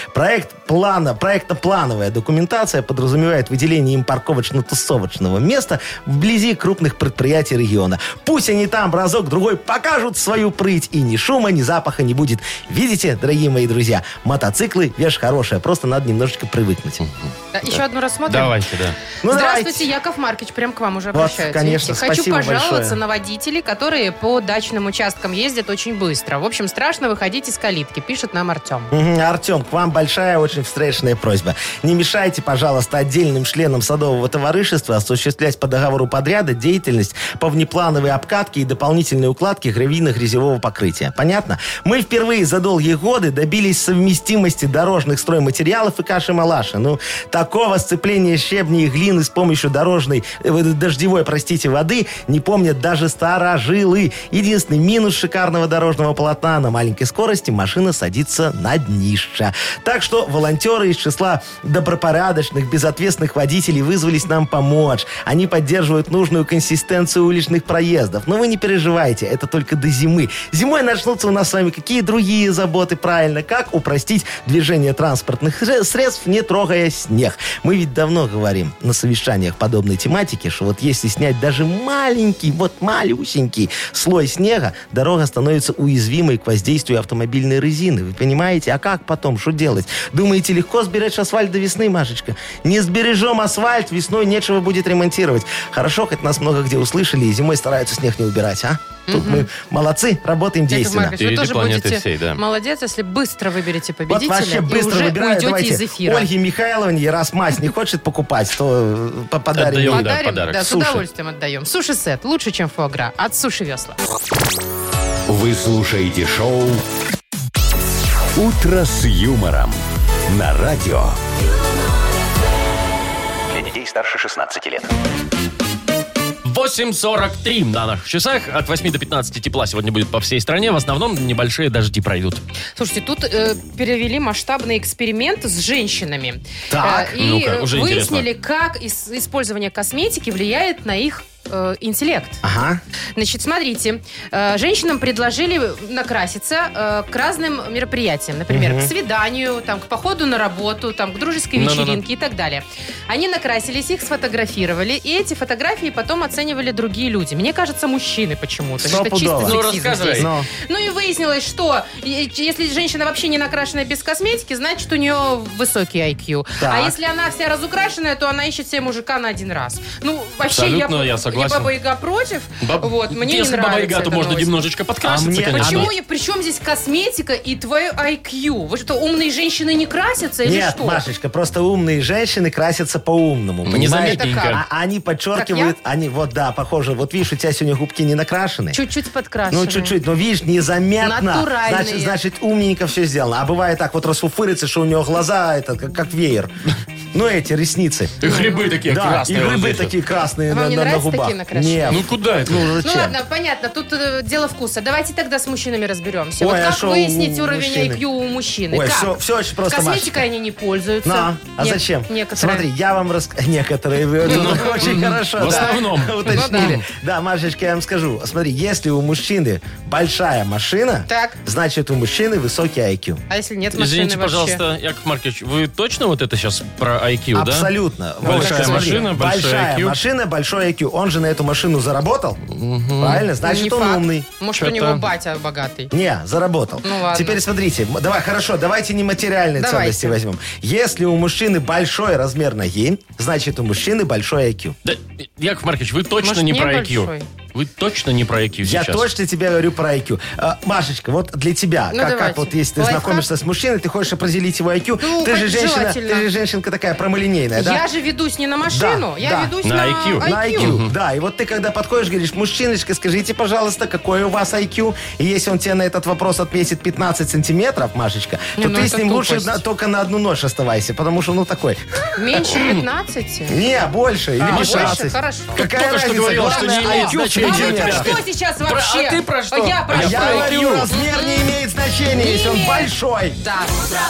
Проектно-плановая документация подразумевает выделение им парковочно-тусовочного места вблизи крупных предприятий региона. Пусть они там разок-другой покажут свою прыть, и ни шума, ни запаха не будет. Видите, дорогие мои друзья, мотоциклы — вещь хорошая, просто надо немножечко привыкнуть. Еще одну рассмотрим? Давайте, да. Ну, Здравствуйте, давайте. Яков Маркович, прям к вам уже Вот, обращаются. конечно, Хочу спасибо пожаловаться большое. на водителей, которые по дачным участкам ездят очень быстро. В общем, страшно выходить из калитки, пишет нам Артем. Артем, к вам большая, очень встречная просьба. Не мешайте, пожалуйста, отдельным членам садового товарищества осуществлять по договору подряда деятельность по внеплановой обкатке и дополнительной укладке гравийно-грязевого покрытия. Понятно? Мы впервые за долгие годы добились совместимости дорожных стройматериалов и каши-малаши. Ну, такого сцепления щебня и глины с помощью дождевой, воды не помнят даже старожилы. Единственный минус шикарного дорожного полотна: на маленькой скорости машина садится на днище. Так что волонтеры из числа добропорядочных, безответственных водителей вызвались нам помочь. Они поддерживают нужную консистенцию уличных проездов. Но вы не переживайте, это только до зимы. Зимой начнутся у нас с вами какие другие заботы, правильно? Как упростить движение транспортных средств, не трогая снег? Мы ведь давно говорим на совещаниях подобной тематики, что вот если снять даже маленький, малюсенький слой снега, дорога становится уязвимой к воздействию автомобильной резины. Вы понимаете? А как потом? Что делать? Думаете, легко сберечь асфальт до весны, Машечка? Не сбережем асфальт, весной нечего будет ремонтировать. Хорошо, хоть нас много где услышали, и зимой стараются снег не убирать, а? Тут мы молодцы, работаем Яков действенно. Маркович, вы тоже будете всей, да. молодец, если быстро выберете Вот победителя вообще и быстро уже выбираю. уйдете Давайте из эфира. Ольге Михайловне, раз мазь не хочет покупать, то подарим. Отдаем, ей. да, Подарим? подарок. Да, с Суши. удовольствием отдаем. Суши-сет лучше, чем фуагра. От Суши Весла. Вы слушаете шоу «Утро с юмором» на радио. Для детей старше 16 лет. 8:43 на наших часах. От 8 до 15 тепла сегодня будет по всей стране. В основном небольшие дожди пройдут. Слушайте, тут перевели масштабный эксперимент с женщинами. Так, И ну-ка, уже выяснили, как использование косметики влияет на их интеллект. Ага. Значит, смотрите, женщинам предложили накраситься к разным мероприятиям. Например, к свиданию, там, к походу на работу, там, к дружеской вечеринке и так далее. Они накрасились, их сфотографировали, и эти фотографии потом оценивали другие люди. Мне кажется, мужчины почему-то. Это чисто Стопудово. Ну, сексизм рассказывай. здесь. Но. Ну и выяснилось, что если женщина вообще не накрашенная без косметики, значит, у нее высокий IQ. Так. А если она вся разукрашенная, то она ищет себе мужика на один раз. Ну, вообще, Абсолютно, я согласен. Баба-Яга против. Вот, мне Если не нравится Баба-Яга, то эта можно новость. немножечко подкраситься, А мне- конечно. Почему? Причем здесь косметика и твое IQ? Вы что, умные женщины не красятся или Нет, что? Машечка, просто умные женщины красятся по-умному. понимаешь? Незаметненько. Это как? А они подчеркивают, вот да, похоже, вот видишь, у тебя сегодня губки не накрашены. Чуть-чуть подкрашенные. Ну, чуть-чуть, но видишь, незаметно. Натуральные. Значит, умненько все сделано. А бывает так вот расфуфырится, что у него глаза, это как веер. Ну, эти ресницы. И грибы такие Да, красные. и вот грибы здесь вот. такие красные Вам не на нравятся губах. такие накрашенные? Нет. Ну, куда это? Ну, Ну зачем? ладно, понятно, тут дело вкуса. Давайте тогда с мужчинами разберемся. Ой, Вот а как шо выяснить у уровень мужчины? IQ у мужчины? Ой, как? все очень просто, Косметикой Машечка. они не пользуются. А зачем? Некоторые. Смотри, я вам Некоторые вы очень хорошо в основном. уточнили. Да, Машечка, я вам скажу. Смотри, если у мужчины большая машина, Так. значит, у мужчины высокий IQ. А если нет машины Извините, вообще? пожалуйста, Яков Маркович, вы точно вот это сейчас про IQ, да? Абсолютно. Большая Вовочка, смотри, машина, большой большая IQ. машина, большой IQ. Он же на эту машину заработал. Правильно? Значит, Не он факт. умный. Может, у Чё-то- него батя богатый. Не, заработал. Ну, ладно. Теперь смотрите, давайте нематериальные Давайте. ценности возьмем. Если у мужчины большой размер ноги, значит, у мужчины большой IQ. Да, Яков Маркович, вы точно Может, не про IQ. большой? Вы точно не про IQ Я сейчас? точно тебе говорю про IQ. Машечка, вот для тебя, Ну, как давайте. вот если ты Лайфхак? знакомишься с мужчиной, ты хочешь определить его IQ, Ну, ты же желательно. женщинка такая прямолинейная, да? Я же ведусь не на машину, Да, я да. ведусь На на IQ. На IQ, да. И вот ты когда подходишь, говоришь, мужчиночка, скажите, пожалуйста, какой у вас IQ? И если он тебе на этот вопрос отметит 15 сантиметров, Машечка, Не, то ну ты это с ним лучше тупость. только на одну ночь оставайся, потому что, такой. Меньше 15? Не, больше. Или Больше? 15. Хорошо. Какая Только что разница? говорила, что не Главное, имеет IQ значения А вы у тебя. про что сейчас вообще? А ты про что? Я про А что? Я про говорю, IQ. размер не имеет значения, Не если он имеет. большой. Да.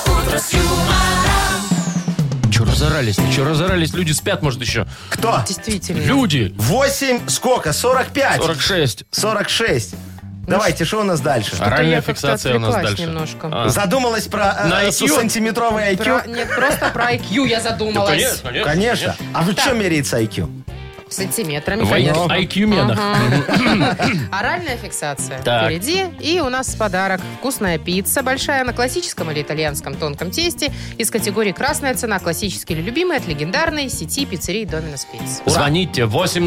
Че разорались? Люди спят, может, еще. Кто? Действительно. Люди! 8, сколько? 45. 46. 46. Давайте, что у нас дальше? Оральная я как-то фиксация у нас отвлеклась дальше. немножко. А. Задумалась про На IQ? сантиметровый IQ? Нет, просто про IQ я задумалась. Конечно. А вы что меряется IQ? Сантиметрами, В конечно. IQ-менах. Оральная фиксация Так. впереди. И у нас подарок. Вкусная пицца. Большая на классическом или итальянском тонком тесте. Из категории «Красная цена». Классический или любимый от легендарной сети пиццерий Domino's Pizza. Звоните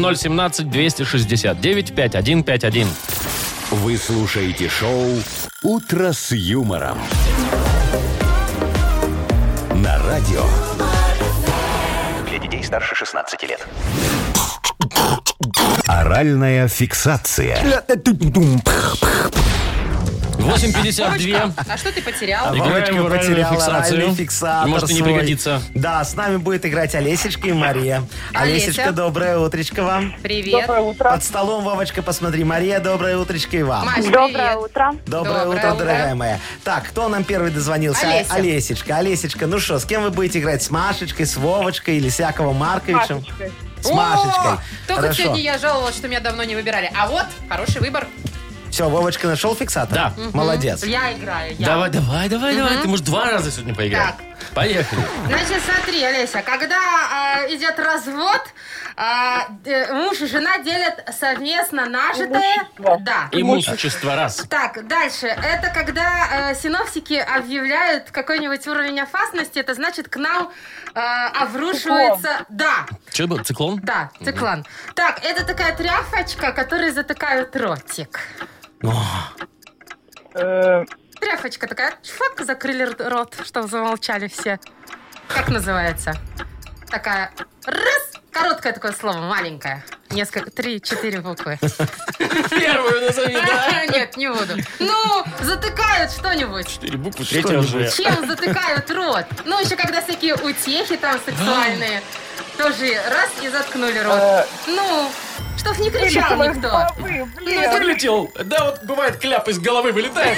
8017-269-5151. Вы слушаете шоу «Утро с юмором». На радио. Для детей старше 16 лет. Оральная фиксация. 8:52. А что ты потерял? Играем Вовочка в оральную потеряла фиксацию. оральный фиксатор Может, и не свой. пригодится. Да, с нами будет играть Олесечка и Мария. Олеся. Олесечка, доброе утречко вам. Привет. Доброе утро. Под столом, Вовочка, посмотри. Мария, доброе утречко и вам. Маш, Доброе привет. утро. Доброе Доброе утро, утро. дорогая моя. Так, кто нам первый дозвонился? Олеся. Олесечка. Олесечка, ну что, с кем вы будете играть? С Машечкой, с Вовочкой или с Яковом Марковичем? Машечкой. С Машечкой. О, только Хорошо. сегодня я жаловалась, что меня давно не выбирали. А вот, хороший выбор. Все, Вовочка нашел фиксатор? Да. Молодец. Я играю. я. Давай. Ты, может, 2 раза сегодня поиграешь? Так. Поехали. Значит, смотри, Олеся, когда идет развод, муж и жена делят совместно нажитое. Имущество. Да. Имущество раз. Так, дальше. Это когда синоптики объявляют какой-нибудь уровень опасности, это значит, к нам обрушивается... Да, Что был? Циклон? да, циклон. Так, это такая тряпочка, которой затыкают ротик. Тряпочка такая, чфак, закрыли рот, чтобы замолчали все. Как называется? Такая, раз, короткое такое слово, маленькое. Несколько, 3-4 буквы. Первую назови, да? Нет, не буду. Ну, затыкают что-нибудь. 4 буквы, третья уже. Чем затыкают рот? Ну, еще когда всякие утехи там сексуальные. Тоже раз и заткнули рот. Ну, чтоб не кричал никто. Вылетел. Да, вот бывает, кляп из головы вылетает.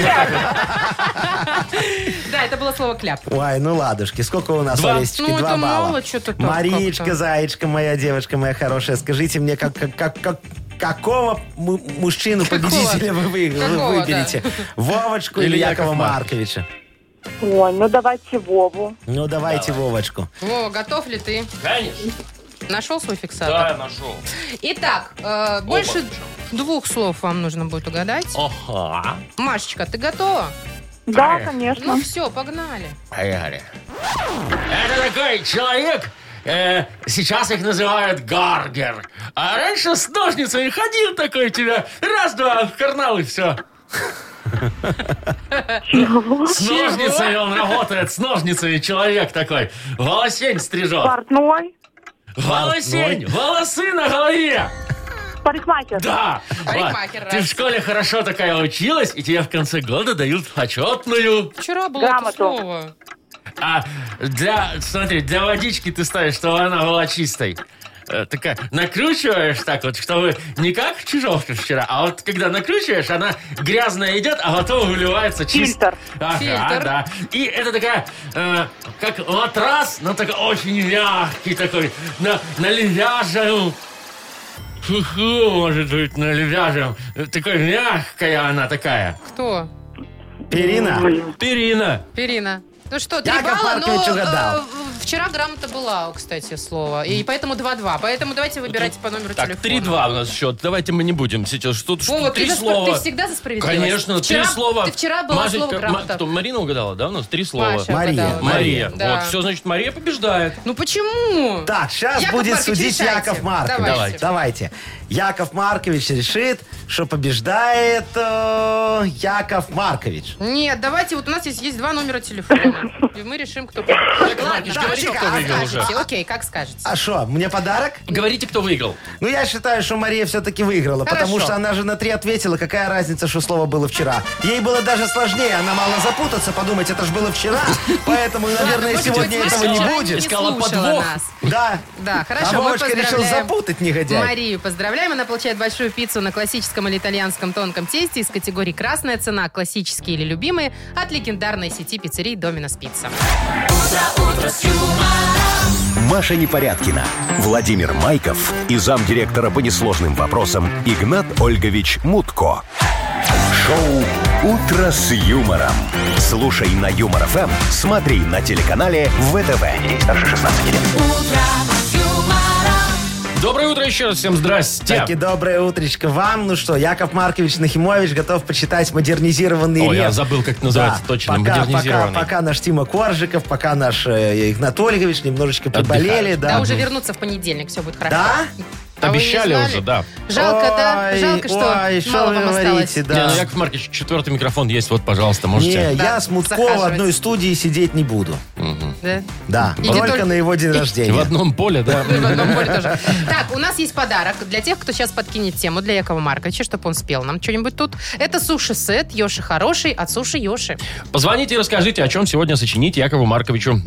Да, это было слово кляп. Ой, ну ладушки, сколько у нас, 2. Олесечки? Ну, 2 это балла. мало что-то так Мариечка, как-то. Заячка, моя девочка, моя хорошая, скажите мне, какого мужчину победителя вы Какого, выберете? Вовочку или Или Якова Яков Марковича? Ой, ну давайте Вову. Ну, давайте Вовочку. Во, готов ли ты? Конечно. Нашел свой Да, фиксатор? я нашел. Итак, больше 2 слов вам нужно будет угадать. Ага. Машечка, ты готова? Да, конечно. Ну все, погнали. Поехали. Это такой человек, сейчас их называют гаргер. А раньше с ножницами ходил такой тебя. Раз-два, в карнал и все. С ножницами он работает, с ножницами человек такой. Волосень стрижет. Портной. Волосень, волосы на голове. Парикмахер. Да. Парикмахер, Вот. Ты раз. в школе хорошо такая училась, и тебе в конце года дают почетную. Вчера было это Грамоту. слово. А смотри, для водички ты ставишь, чтобы она была чистой. Такая, накручиваешь так вот, чтобы не как чижовка вчера, а вот когда накручиваешь, она грязная идет, а потом выливается чисто. Фильтр. Ага, Фильтр. да. И это такая, как матрас, но такой очень мягкий такой, на левяжем. Фу-фу, может быть, на левяжем. Такой мягкая она такая. Кто? Перина? Перина. Перина. Ну что, 3 Яков балла, Маркович но угадал. вчера грамота была, кстати, слово. И поэтому 2-2. Поэтому давайте выбирайте по номеру Так, телефона. 3-2 у нас счет. Давайте мы не будем сейчас. Что Вова, три ты слова. всегда за справедливость. Конечно, три слова. Ты вчера была слово грамота. Кто, Марина угадала, да? У нас 3 слова. Маша Мария. угадала. Мария. Да. Вот, все, значит, Мария побеждает. Ну почему? Так, сейчас Яков будет Маркович, судить решайте. Яков Маркович. Давайте. Давайте. Яков Маркович решит, что побеждает Яков Маркович. Нет, давайте, вот у нас есть 2 номера телефона. И мы решим, кто победит. Ладно, Маркович, говорите, как кто выиграл уже. скажете. Окей, как скажете. А что, мне подарок? Говорите, кто выиграл. Ну, я считаю, что Мария все-таки выиграла, Хорошо. потому что она же на 3 ответила. Какая разница, что слово было вчера? Ей было даже сложнее, она мало запутаться, подумать, это же было вчера, поэтому, наверное, может сегодня быть, этого Маша не вчера будет. Искала слушала подвох. нас. Да. Да, хорошо, А мы Вовочка решил поздравляем запутать, негодяй. Марию поздравляем. Она получает большую пиццу на классическом или итальянском тонком тесте из категории «Красная цена», «Классические» или «Любимые» от легендарной сети пиццерий «Доминос Пицца». Маша Непорядкина, Владимир Майков и замдиректора по несложным вопросам Игнат Ольгович Мутко. Шоу «Утро с юмором». Слушай на Юмор ФМ, смотри на телеканале ВТВ. Ей старше 16 лет. Доброе утро еще раз. Всем здрасте. Так и доброе утречко вам. Ну что, Яков Маркович Нахимович готов почитать модернизированный Ой, реп. я забыл, как называется точно. Модернизированный. Пока наш Тима Коржиков, пока наш Игнат Ольгович немножечко приболели. Да, уже вернутся в понедельник, все будет хорошо. Да? А вы не Обещали знали? уже, да. Жалко, да? Ой, Жалко, что ой, что мало вы вам осталось. говорите, да. Не, ну, Яков Маркович, 4-й микрофон есть, вот, пожалуйста, можете. Не, Да, я с Мутко в захаживать. одной студии сидеть не буду. Да? Да, Иди только только- на его день В рождения. одном поле, да. В одном поле тоже. Так, у нас есть подарок для тех, кто сейчас подкинет тему для Якова Марковича, чтобы он спел нам что-нибудь тут. Это суши-сет Йоши Хороший от Суши Йоши. Позвоните и расскажите, о чем сегодня сочинить Якову Марковичу.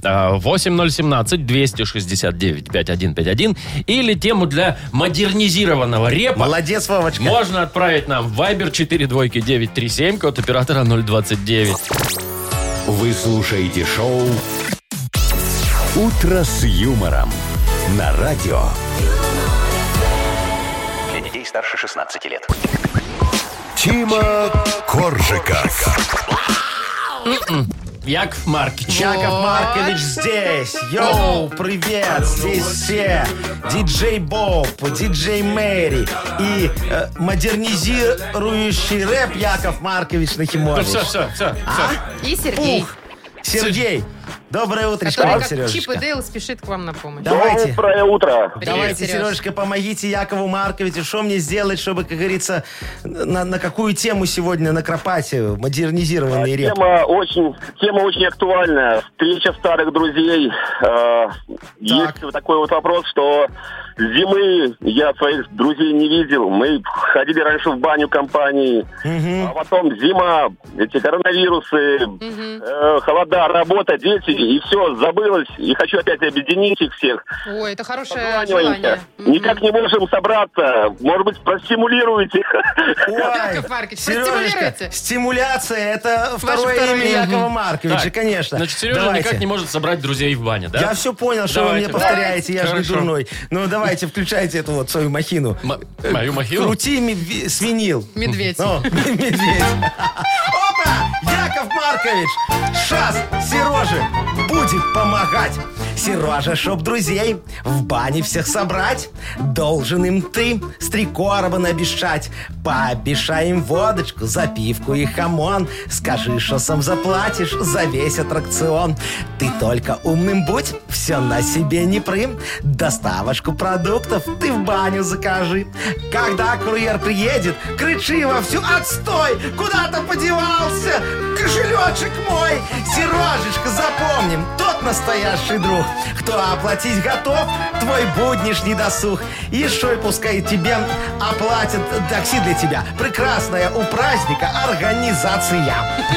8017-269-5151 или тему для модернизированного репа. Молодец, Вовочка. Можно отправить нам в Viber 42937, код оператора 029. Вы слушаете шоу «Утро с юмором» на радио. Для детей старше 16 лет. Тима Коржика. Яков Маркович. Яков Маркович здесь. Йоу, привет. Здесь все. Диджей Боб, диджей Мэри и модернизирующий рэп Яков Маркович Нахимович. Все. И Сергей, Пух. Сергей. Доброе утречко, который вам, как Чип и Сережечка. Дейл спешит к вам на помощь. Давайте. Доброе утро. Привет, Давайте, Сереж. Сережечка, помогите Якову Марковичу. Что мне сделать, чтобы, как говорится, на какую тему сегодня накропать модернизированный реп? Тема очень актуальная. Встреча старых друзей. Есть вот такой вот вопрос, что зимы я своих друзей не видел. Мы ходили раньше в баню компании. А потом зима, эти коронавирусы, холода, работа, дети. И все, забылось. И хочу опять объединить их всех. Ой, это хорошее Созваниваемся. желание. Никак не можем собраться. Может быть, простимулируете. Яков Маркович, Сережечка, простимулируйте. стимуляция — это второе второе имя имя. Якова Марковича, Так, конечно. Значит, Сережа Давайте. никак не может собрать друзей в бане, да? Я все понял, что вы мне Давайте. повторяете, я же не Хорошо. дурной. Ну, давайте, включайте эту вот свою махину. Мою махину? Крути свинил. Медведь. Ну, медведь. Опа! Яков Маркович! Шас, Сероже, будет помогать. Сережа, чтоб друзей в бане всех собрать, должен им ты с 3 короба обещать. Пообещай им водочку, запивку и хамон. Скажи, что сам заплатишь за весь аттракцион. Ты только умным будь, все на себе не прым. Доставочку продуктов ты в баню закажи. Когда курьер приедет, кричи вовсю: отстой! Куда-то подевался кошелечек мой! Сережечка, запомним, тот настоящий друг, кто оплатить готов твой буднишний досуг. И шой пускай тебе оплатят такси для тебя. Прекрасная у праздника организация.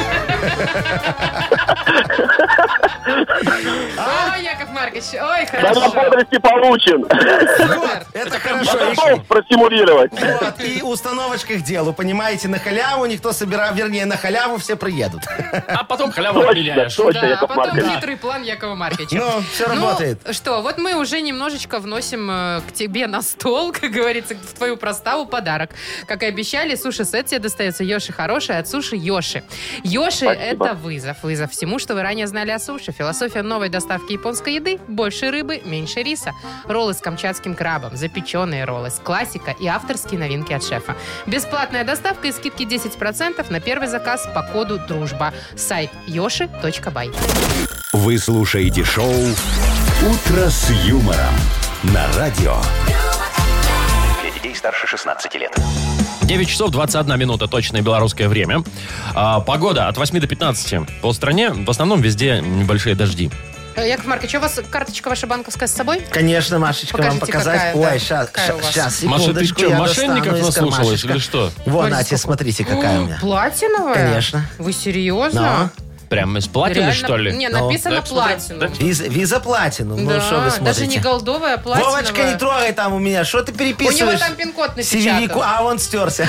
Ой, Яков Маркович, ой, До хорошо. бодрости получен. Супер. Это хорошо. Готов простимулировать. Вот, и установочка к делу, понимаете, на халяву никто вернее, на халяву все приедут. А потом халяву отменяешь. Точно, Да, а Яков потом Маркович. хитрый план Якова Марковича. Ну, все работает. Ну, что, вот мы уже немножечко вносим к тебе на стол, как говорится, в твою проставу подарок. Как и обещали, суши-сет тебе достается Йоши Хороший от Суши Йоши. Йоши — это вызов. Вызов всему, что вы ранее знали о суши. Философия новой доставки японской еды. Больше рыбы, меньше риса. Роллы с камчатским крабом, запеченные роллы, классика и авторские новинки от шефа. Бесплатная доставка и скидки 10% на первый заказ по коду «Дружба». Сайт yoshi.by. Вы слушаете шоу «Утро с юмором» на радио. Для детей старше 16 лет. 9 часов 21 минута, точное белорусское время. Погода от 8 до 15 по стране. В основном везде небольшие дожди. Яков Маркович, у вас карточка ваша банковская с собой? Конечно, Машечка, вам Покажите, показать. какая, Ой, да. Какая у вас? сейчас, Маша, ты секундочку, что, я мошенников достану из наслушалась кармашечка. или что? Вот, Смотрите, Натя, смотрите, какая у меня. Платиновая? Конечно. Вы серьезно? Прям из платины, Реально? что ли? Не, написано Дай посмотрю. платину. Виза платину. Да, Ну, что вы смотрите? даже не голдовая, а платиновая. Вовочка, не трогай там у меня. Что ты У переписываешь? него там пин-код напечатан. Северяку, а он стерся.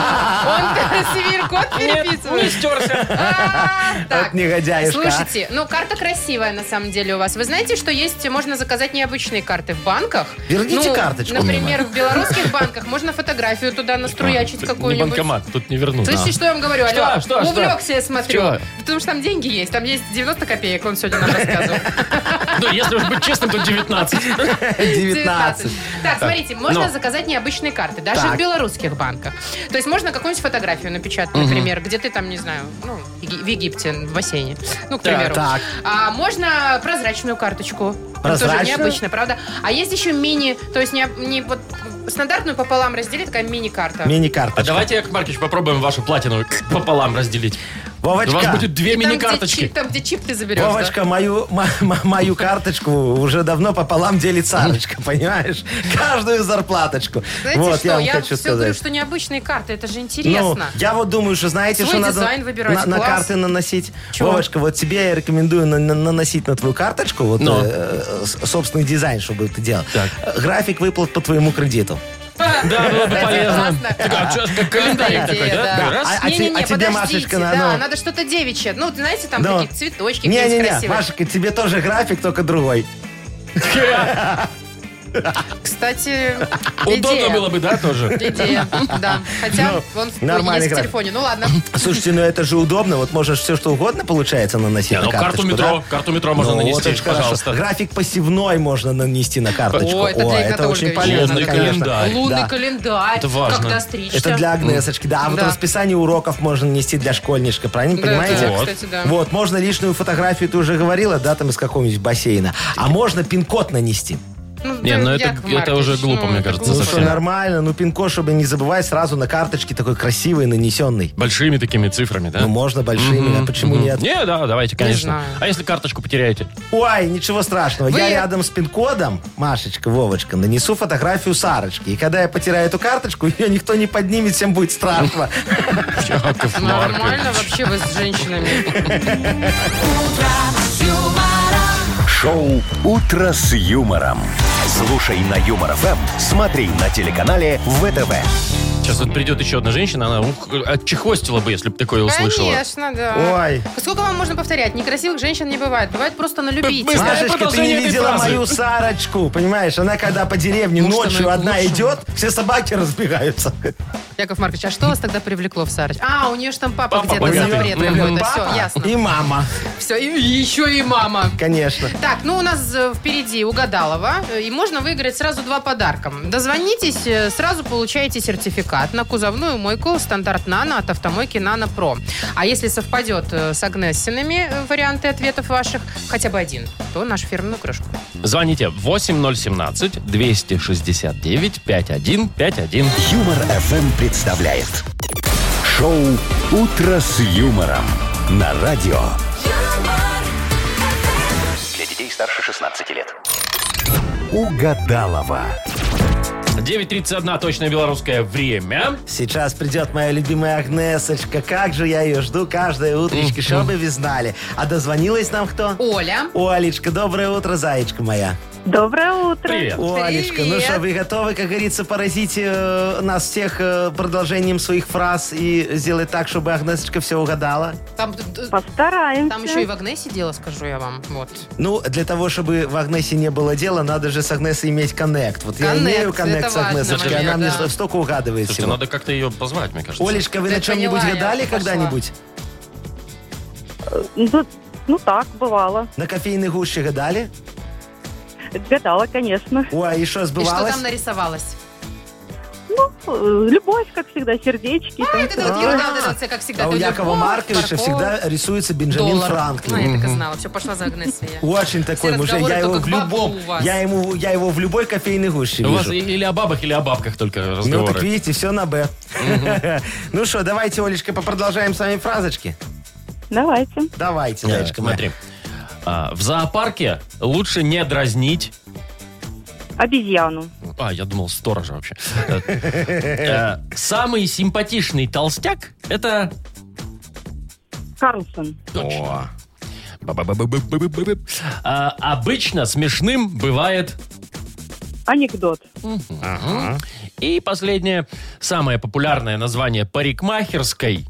Он север-код переписывает? Не стерся. Так, Вот негодяюшка. слушайте, ну карта красивая на самом деле у вас. Вы знаете, что есть, можно заказать необычные карты в банках? Верните карточку Например, в белорусских банках можно фотографию туда наструячить Не какую-нибудь. банкомат, тут не вернут. Слышите, что я вам говорю? Алло, Что? увлекся, я смотрю. Что? Потому что там деньги есть. Там есть 90 копеек, он сегодня нам рассказывал. Ну, если уж быть честным, то 19. 19. Так, смотрите, можно Ну. заказать необычные карты, даже Так. в белорусских банках. То есть можно какую-нибудь фотографию напечатать, например, где ты там, не знаю, ну, в Египте, в бассейне. Ну, к примеру. Так. А можно прозрачную карточку. Там тоже Прозрачную? необычно, правда? А есть еще мини, то есть не вот стандартную пополам разделить, такая мини-карта. Мини-карточка. А давайте, Яков Маркович, попробуем вашу платину пополам разделить. У вас Вовочка, будет две И там, мини-карточки. Там, где чип ты заберешь, Вовочка, мою карточку уже давно пополам делит Сарочка, понимаешь? Каждую зарплаточку. Знаете Вот, что, я вам я хочу все говорю, сказать. что необычные карты, это же Ну, интересно. я вот думаю, что знаете, Свой что надо дизайн выбирать, на класс. карты наносить. Чего? Вовочка, вот тебе я рекомендую наносить на твою карточку вот Ну. собственный дизайн, чтобы ты делал. Так. График выплат по твоему кредиту. Да, было бы Кстати, полезно. классно. Так, а что ж, как календарик Классная такой, идея, да? да. Раз. А Не-не-не, тебе, подождите, Машечка, да, надо что-то девичье. Ну, знаете, там Ну. какие-то цветочки какие-то Не-не-не, красивые. Машечка, тебе тоже график, только другой. Кстати, Удобно идея. было бы, да, тоже? Идея, да. Хотя Ну, он нормальный есть в график. телефоне. Ну ладно. Слушайте, ну это же удобно. Вот можешь все, что угодно, получается, наносить Не, на ну карточку, карту метро можно Ну, вот нанести, очень хорошо. пожалуйста. График посевной можно нанести на карточку. О, это для Игната очень Ольговича. полезно, Лунный конечно. календарь. Лунный Да. календарь. Это важно. Когда стричься. Это для Агнесочки, да. А вот Да. расписание уроков можно нанести для школьничка, правильно, Да, понимаете? да, Вот. кстати, да. Вот, можно личную фотографию, ты уже говорила, да, там из какого-нибудь бассейна. А можно пин-код нанести. Не, ну это Яков уже Маркович, глупо, мне это кажется, глупо. Ну что, совсем. нормально. Ну, пин-код, чтобы не забывать, сразу на карточке такой красивый, нанесенный. Большими такими цифрами, да? Ну, можно большими, а почему нет? Не, да, давайте, конечно. знаю. А если карточку потеряете? Ой, ничего страшного. Вы- Я рядом с пин-кодом, Машечка, Вовочка, нанесу фотографию Сарочки. И когда я потеряю эту карточку, ее никто не поднимет, всем будет страшно. Яков Маркович. Нормально вообще вы с женщинами. Шоу «Утро с юмором». Слушай на Юмор ФМ, смотри на телеканале ВТВ. Сейчас вот придет еще одна женщина, она отчехвостила бы, если бы такое услышала. Конечно, да. Ой. Сколько вам можно повторять? Некрасивых женщин не бывает. Бывает просто на любителя. Мы знаем Машечка, ты продолжение не этой видела фразы. мою Сарочку, понимаешь? Она когда по деревне Может, ночью оно и к одна лучшему. идет, все собаки разбегаются. Яков Маркович, а что вас тогда привлекло в Сарочке? А, у нее же там папа Папа где-то богатый. запретный Мгм. какой-то. Все, Папа ясно. и мама, Все, и еще и мама. конечно. Так, ну у нас впереди угадалова, и можно выиграть сразу 2 подарка. Дозвонитесь, сразу получаете сертификат на кузовную мойку стандарт «Нано» от автомойки «Нано Про». А если совпадет с Агнессиными варианты ответов ваших, хотя бы один, то нашу фирменную кружку. Звоните 8017-269-5151. Юмор ФМ представляет шоу «Утро с юмором» на радио. Для детей старше 16 лет. Угадалова. 9:31 точное белорусское время. Сейчас придет моя любимая Агнесочка. Как же я ее жду каждое утречко, чтобы вы знали. А дозвонилась нам кто? Оля. Олечка, доброе утро, зайчка моя. Доброе утро. Привет. Олечка, ну Привет. что, вы готовы, как говорится, поразить нас всех продолжением своих фраз и сделать так, чтобы Агнесочка все угадала? Там Постараемся. еще и в Агнессе дело, скажу я вам. Вот. Ну, для того, чтобы в Агнессе не было дела, надо же с Агнесой иметь коннект. Вот я Коннект, имею коннект это с важно, Агнесочкой, момент, она мне да. столько угадывает Слушайте, всего. надо как-то ее позвать, мне кажется. Олечка, вы Да на чем-нибудь поняла я, гадали пошла. когда-нибудь? Ну так, бывало. На кофейной гуще гадали? Гадала, конечно. Ой, и что, И что сбывалось? там нарисовалось? Любовь, как всегда, сердечки. там Это всё. вот ерунда, вот это вот все, как всегда. А у любовь, Якова Марковича фарфор, всегда рисуется Бенджамин доллар. Франклин. Я так и знала. Все, пошла за Агнесой. Очень такой мужик. разговоры Я его только в к бабу любом, у вас. я его в любой кофейной гуще У вас вижу. или о бабах, или о бабках только Ну, разговоры. так видите, все на «Б». Ну что, давайте, Олечка, попродолжаем с вами фразочки. Давайте. Давайте, зайчка моя. Смотри. В зоопарке лучше не дразнить... Обезьяну. Я думал, сторожа вообще. Самый симпатичный толстяк — это... Карлсон. Точно. Ба-ба-ба-ба-ба-ба-ба. Обычно смешным бывает... Анекдот. И последнее. Самое популярное название парикмахерской.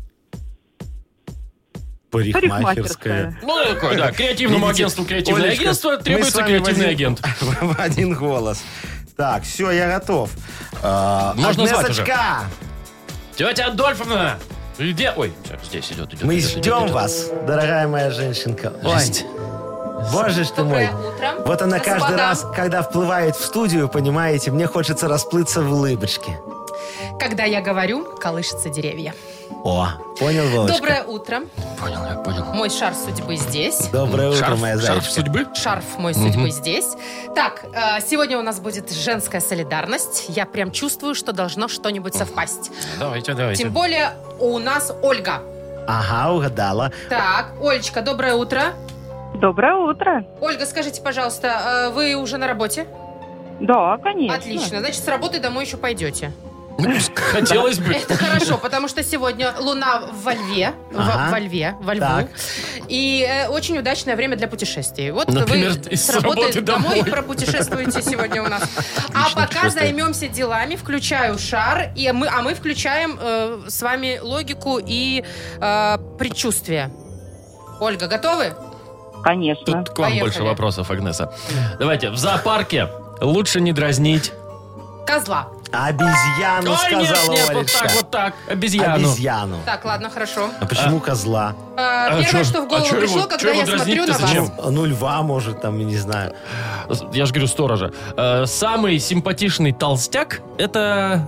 Парикмахерская. Ну, такое, да. Креативному Видите, агентству «Креативное Олечка, агентство» мы требуется с вами креативный агент. в один голос. Так, все, я готов. Можно звать уже. Агнесочка, Тетя Адольфовна! Где? Ой, здесь идет. мы идет, ждем идет. вас, дорогая моя женщинка. Ой, Здрасте. боже ж ты мой. Доброе утро, Вот она каждый господа. раз, когда вплывает в студию, понимаете, мне хочется расплыться в улыбочке. Когда я говорю, колышутся деревья. О, понял, Вовочка? Доброе утро. Понял, я понял. Мой шар судьбы здесь. Доброе утро, моя Шарф зайчка. судьбы? Шарф мой судьбы здесь. Так, сегодня у нас будет женская солидарность. Я прям чувствую, что должно что-нибудь совпасть. Давайте. Тем более у нас Ольга. Ага, угадала. Так, Олечка, доброе утро. Доброе утро. Ольга, скажите, пожалуйста, вы уже на работе? Да, конечно. Отлично, значит, с работы домой еще пойдете. Хотелось бы. Это хорошо, потому что сегодня Луна во Льве, Ага. во Льву. Так. И очень удачное время для путешествий. Вот Например, вы из с работы работы домой домой. пропутешествуете сегодня у нас. А Отлично пока путешествие. займемся делами, включаю шар, а мы включаем с вами логику и предчувствие. Ольга, готовы? Конечно. Тут к вам Поехали. больше вопросов, Агнеса. Давайте, в зоопарке лучше не дразнить... Козла. Обезьяну, Ой, нет, сказала нет, Олечка. вот так, обезьяну. Обезьяну. Так, ладно, хорошо. А почему козла? Первое, что в голову чё его- пришло, чё когда его я смотрю дразнить-то на вас. зачем? Ну, льва, может, там, я не знаю. Я же говорю, сторожа. Самый симпатичный толстяк — это...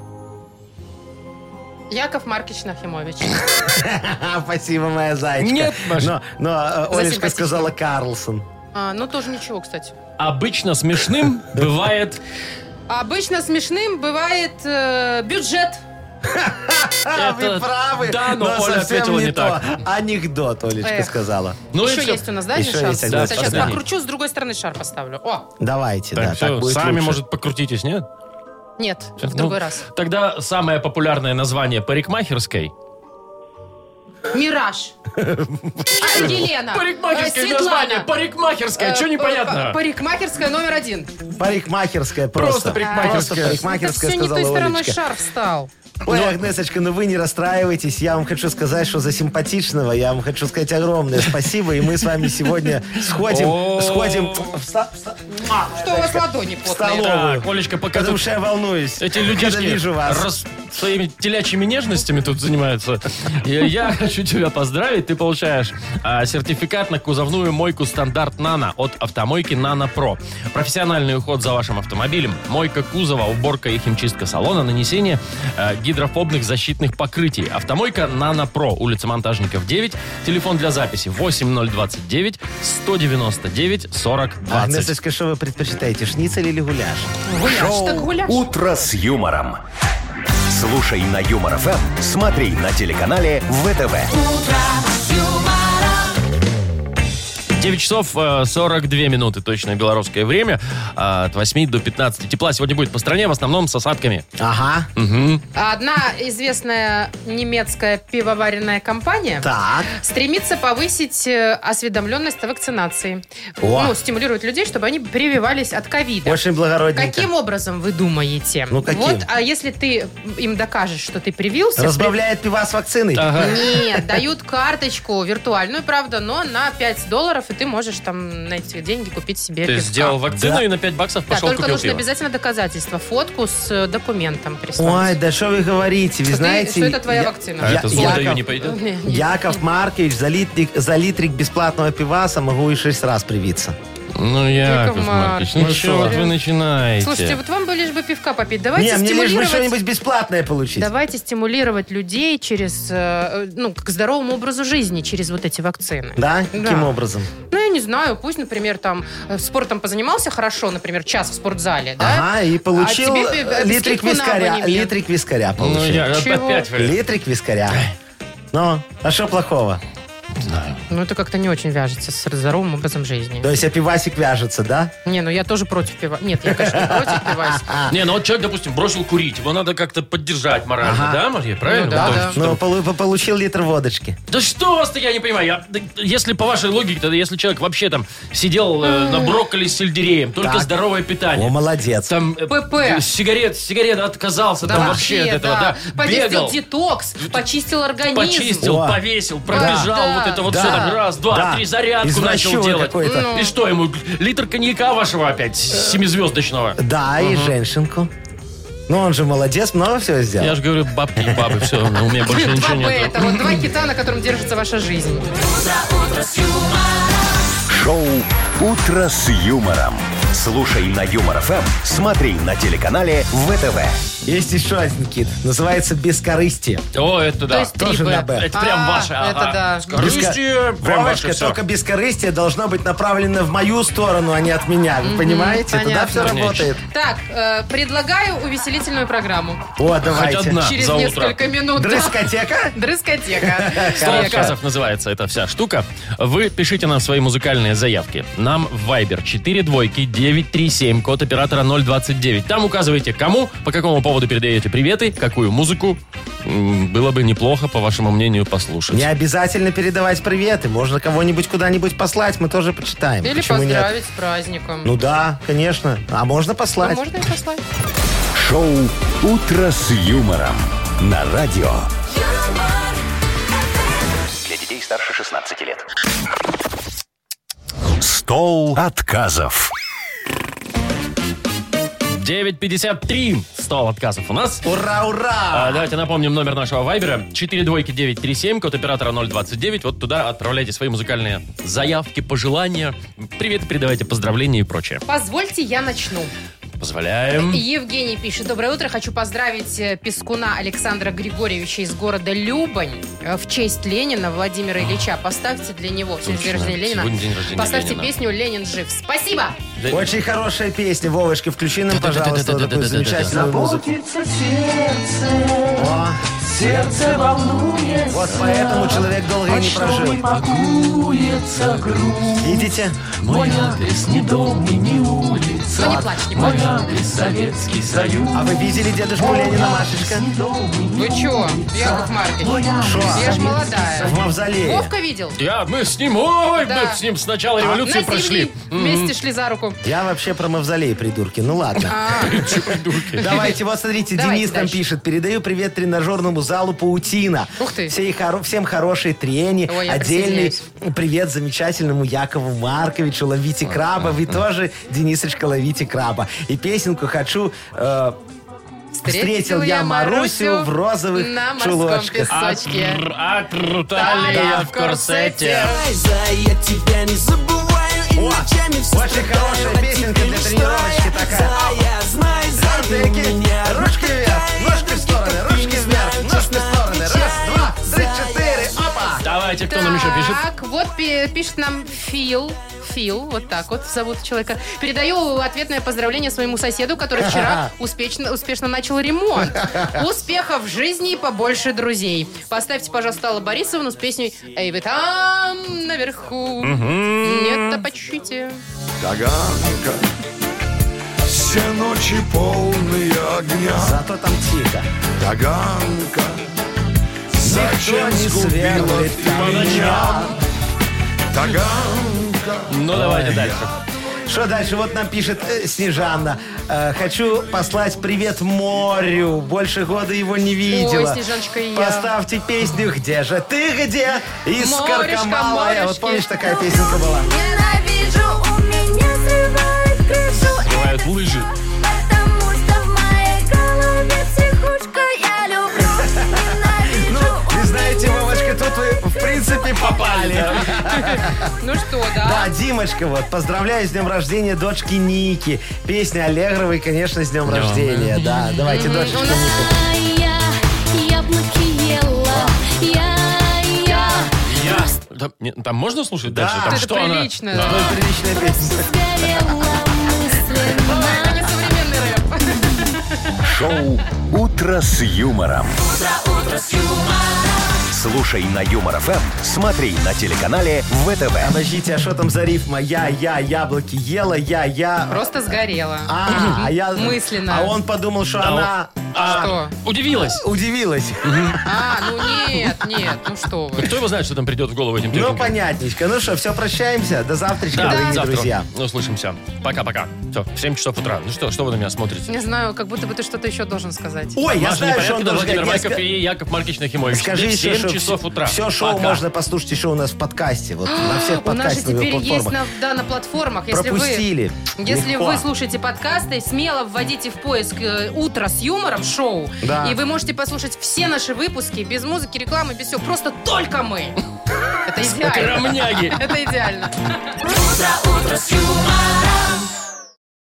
Яков Маркович Нахимович. Спасибо, моя зайчка. Нет, Маша. Но Олечка симпатичный. сказала Карлсон. Ну, тоже ничего, кстати. Обычно смешным бывает... Обычно смешным бывает бюджет. Вы правы, Да, но Оля совсем ответила не то. так. Анекдот, Олечка Эх. сказала. Ну и Еще всё. есть у нас, да, один Еще шар? есть один Сейчас шар. покручу, с другой стороны шар поставлю. О, Давайте, Так, да, все, так будет сами, лучше. может, покрутитесь, нет? нет, в Ну, другой раз. Тогда самое популярное название парикмахерской. Мираж. Елена. Парикмахерское Светлана. название, парикмахерская, что непонятно? Парикмахерская номер 1. Парикмахерская просто. Просто парикмахерская. Просто Это парикмахерская, все не той сказала стороной Олечка. шар встал. Ой, Агнесочка, ну вы не расстраивайтесь. Я вам хочу сказать, что за симпатичного я вам хочу сказать огромное спасибо. И мы с вами сегодня сходим в Что у вас ладони потные? столовую. Так, Олечка, пока Потому тут что я волнуюсь. эти когда людишки вижу вас. своими телячьими нежностями тут занимаются. Я хочу тебя поздравить. Ты получаешь сертификат на кузовную мойку «Стандарт Нано» от автомойки «Нано Про». Профессиональный уход за вашим автомобилем, мойка кузова, уборка и химчистка салона, нанесение гидрофобных защитных покрытий. Автомойка «Нано Про», улица Монтажников, 9. Телефон для записи 8029 199 40 20. Агнесочка, что вы предпочитаете, шницель или гуляш? Гуляш, так гуляш. «Утро с юмором». Слушай на Юмор ФМ, смотри на телеканале ВТВ. 9 часов 42 минуты, точное белорусское время. От 8 до 15 тепла сегодня будет по стране, в основном с осадками. Ага. Одна известная немецкая пивоваренная компания Так. стремится повысить осведомленность о вакцинации. О. Ну, стимулировать людей, чтобы они прививались от ковида. Очень благородненько. Каким образом вы думаете? Ну, каким? Вот, а если ты им докажешь, что ты привился... Разбавляет пива с вакциной. Ага. Нет, дают карточку виртуальную, правда, но на $5, и ты можешь там на эти деньги купить себе Ты пивка. сделал вакцину Да. и на 5 баксов Да, пошел только купил нужно пиво. обязательно доказательство, фотку с документом прислать. Ой, да что вы говорите, вы Что ты- знаете... что это твоя я- вакцина. А я- это золото Яков- не пойдет? Не, не. Яков Маркович за литрик бесплатного пиваса могу и 6 раз привиться. Ну, Яков Маркович, ну что вот вы начинаете? Слушайте, вот вам бы лишь бы пивка попить. Давайте Не, мне лишь бы стимулировать... что-нибудь бесплатное получить. Давайте стимулировать людей через, к здоровому образу жизни, через вот эти вакцины. Да? Каким образом? Ну, я не знаю, пусть, например, там спортом позанимался хорошо, например, час в спортзале, да? Ага, и получил литрик скидку на абонемент. Литрик вискаря получил. Ну, я опять вы. Литрик вискаря. Ну, а что плохого? Не знаю. Ну, это как-то не очень вяжется с здоровым образом жизни. То есть, а пивасик вяжется, да? Не, ну я тоже против пива. Нет, я, конечно, не против пивасика. Не, ну вот человек, допустим, бросил курить, его надо как-то поддержать морально, да, Мария, правильно? Ну, да, Вот, да. Ну, получил литр водочки. Да что у вас-то, я не понимаю. Если по вашей логике, тогда если человек вообще там сидел на брокколи с сельдереем, только Так. здоровое питание. О, молодец. Там ПП. сигарет отказался, Да там вообще от этого, да. Подестил Бегал, детокс, почистил организм. почистил, О. повесил, пробежал, Да, вот это вот да. все так, раз, два, Да. три, зарядку Извращуга начал делать. какой-то. И что ему, литр коньяка вашего опять, семизвездочного? Да, и женщинку. Ну, он же молодец, много всего сделал. Я же говорю, бабки и бабы, все, у меня больше ничего Два Б, нет. это вот два кита, на котором держится ваша жизнь. Шоу «Утро с юмором». Слушай на Юмор ФМ, смотри на телеканале ВТВ. Есть еще один кит. Называется «Бескорыстие». О, это То да. есть Тоже 3Б. на «Б». Это прям ваше. Это да. Корыстие, прям Вовочка, ваше все. только бескорыстие должно быть направлено в мою сторону, а не от меня. Вы понимаете? Тогда понятно. все Конечно. работает. Так, предлагаю увеселительную программу. О, давайте. Хоть одна Через за утро. несколько минут. Дрыскотека? Дрыскотека. 100 отказов называется эта вся штука. Вы пишите нам свои музыкальные заявки. Нам в Viber 42937, код оператора 029. Там указываете, кому, по какому поводу передаете приветы, какую музыку. Было бы неплохо, по вашему мнению, послушать. Не обязательно передавать приветы. Можно кого-нибудь куда-нибудь послать, мы тоже почитаем. Или Почему нет? поздравить с праздником. Ну да, конечно. А можно А послать. можно и послать. Шоу «Утро с юмором» на радио. Для детей старше 16 лет. Стол отказов. 9:53. 100 отказов у нас. Ура, ура! Давайте напомним номер нашего вайбера. 42937, код оператора 029. Вот туда отправляйте свои музыкальные заявки, пожелания. Привет, передавайте поздравления и прочее. Позвольте, я начну. Позволяем. Евгений пишет. Доброе утро. Хочу поздравить пескуна Александра Григорьевича из города Любань в честь Ленина Владимира Ильича. Поставьте для него. Сегодня день рождения Ленина. Сегодня день рождения Поставьте Ленина. песню «Ленин жив». Спасибо! Очень хорошая песня. Вовочка, включи нам, пожалуйста, вот такую замечательную музыку. О, Сердце волнуется. вот поэтому человек долго и не прожил. Пакуется грудь. Видите? Мой адрес не дом и не улица. Ну не плачь, не Мой плачь. адрес Советский Союз. А вы видели дедушку Ленина, Машечка? Вы чё, Яков Маркович? Я ж молодая. В мавзолее. Вовка видел? Мы с ним, ой, Да. мы с ним с начала революции На прошли. земли вместе шли за руку. Я вообще про мавзолей, придурки. Ну ладно. Давайте, вот смотрите, Давайте Денис нам дальше. пишет. Передаю привет тренажерному залу «Паутина». Ух ты. Всем хорошей трени. Ой, я Отдельный присоединяюсь. привет замечательному Якову Марковичу. Ловите краба. Вы тоже, Денисочка, ловите краба. И песенку хочу... Встретил я Марусю в розовых на морском чулочках. песочке. Талия в корсете. Я тебя не забываю и О, ночами очень хорошая песенка для тренировочки такая. Зайки, ручки вверх, ножки в стороны, ручки вверх, ножки в стороны. Раз, два, три, четыре, опа! Давайте, кто нам еще пишет? Так, вот пишет нам Фил, вот так вот зовут человека. Передаю ответное поздравление своему соседу, который вчера успешно начал ремонт. Успехов в жизни и побольше друзей. Поставьте, пожалуйста, Аллу Борисовну с песней «Эй, вы там, наверху». Нет, топочите. Таганка. Все ночи полные огня. Зато там тихо. Таганка. Никто Зачем не сгубила сверлит ты там меня? Таганка. Ну, давайте дальше. Что дальше? Вот нам пишет Снежанна. Хочу послать привет морю. Больше года его не видела. Ой, Снежаночка, и я. Поставьте песню «Где же ты, где?» из Морешка, Скоркомалая. Вот морешки. помнишь, такая песенка была? Ненавижу, у меня срывает крышу. Срывают лыжи. Потому что в моей голове психушка. Я люблю, Ну, ненавижу. вы знаете, Вовочка, тут вы, в принципе, не попали. Ну что, Да, да? Димочка, вот, поздравляю с днем рождения дочки Ники. Песня Аллегровой, конечно, с днем рождения. Да, давайте, дочечка Ники. Я яблоки ела, я. Там можно слушать дальше? Да. Там Это что она? прилично. Да. Ой, приличная песня. Сгорела мысленно. Это не современный рэп. Шоу «Утро с юмором». Слушай на Юмор ФМ, смотри на телеканале ВТВ. Подождите, а что там за рифма? Я яблоки ела, я... Просто сгорела. А я... Мысленно. А он подумал, что она... Что? Удивилась. Удивилась. Ну нет, ну что вы. Кто его знает, что там придет в голову этим Ну, тетенькам? понятненько. Ну что, все, прощаемся. До завтрачка, Да, дорогие завтра. друзья. Услышимся. Пока-пока. Все, в 7 часов утра. Ну что вы на меня смотрите? Не знаю, как будто бы ты что-то еще должен сказать. Ой, я Маша знаю, что Непорядкина, он должен Владимир сказать. Майков и Яков Маркович Нахимович. Скажи в еще, 7 часов утра. Все шоу Пока. можно послушать еще у нас в подкасте. Вот на всех У нас же подкастовых теперь есть платформах. на платформах. Пропустили. Если Легко. вы слушаете подкасты, смело вводите в поиск «Утро с юмором» шоу. Да. И вы можете послушать все наши выпуски без музыки, рекламы, без всего. Просто только мы. Это идеально. Скромняги. Это идеально. Утро с юмором.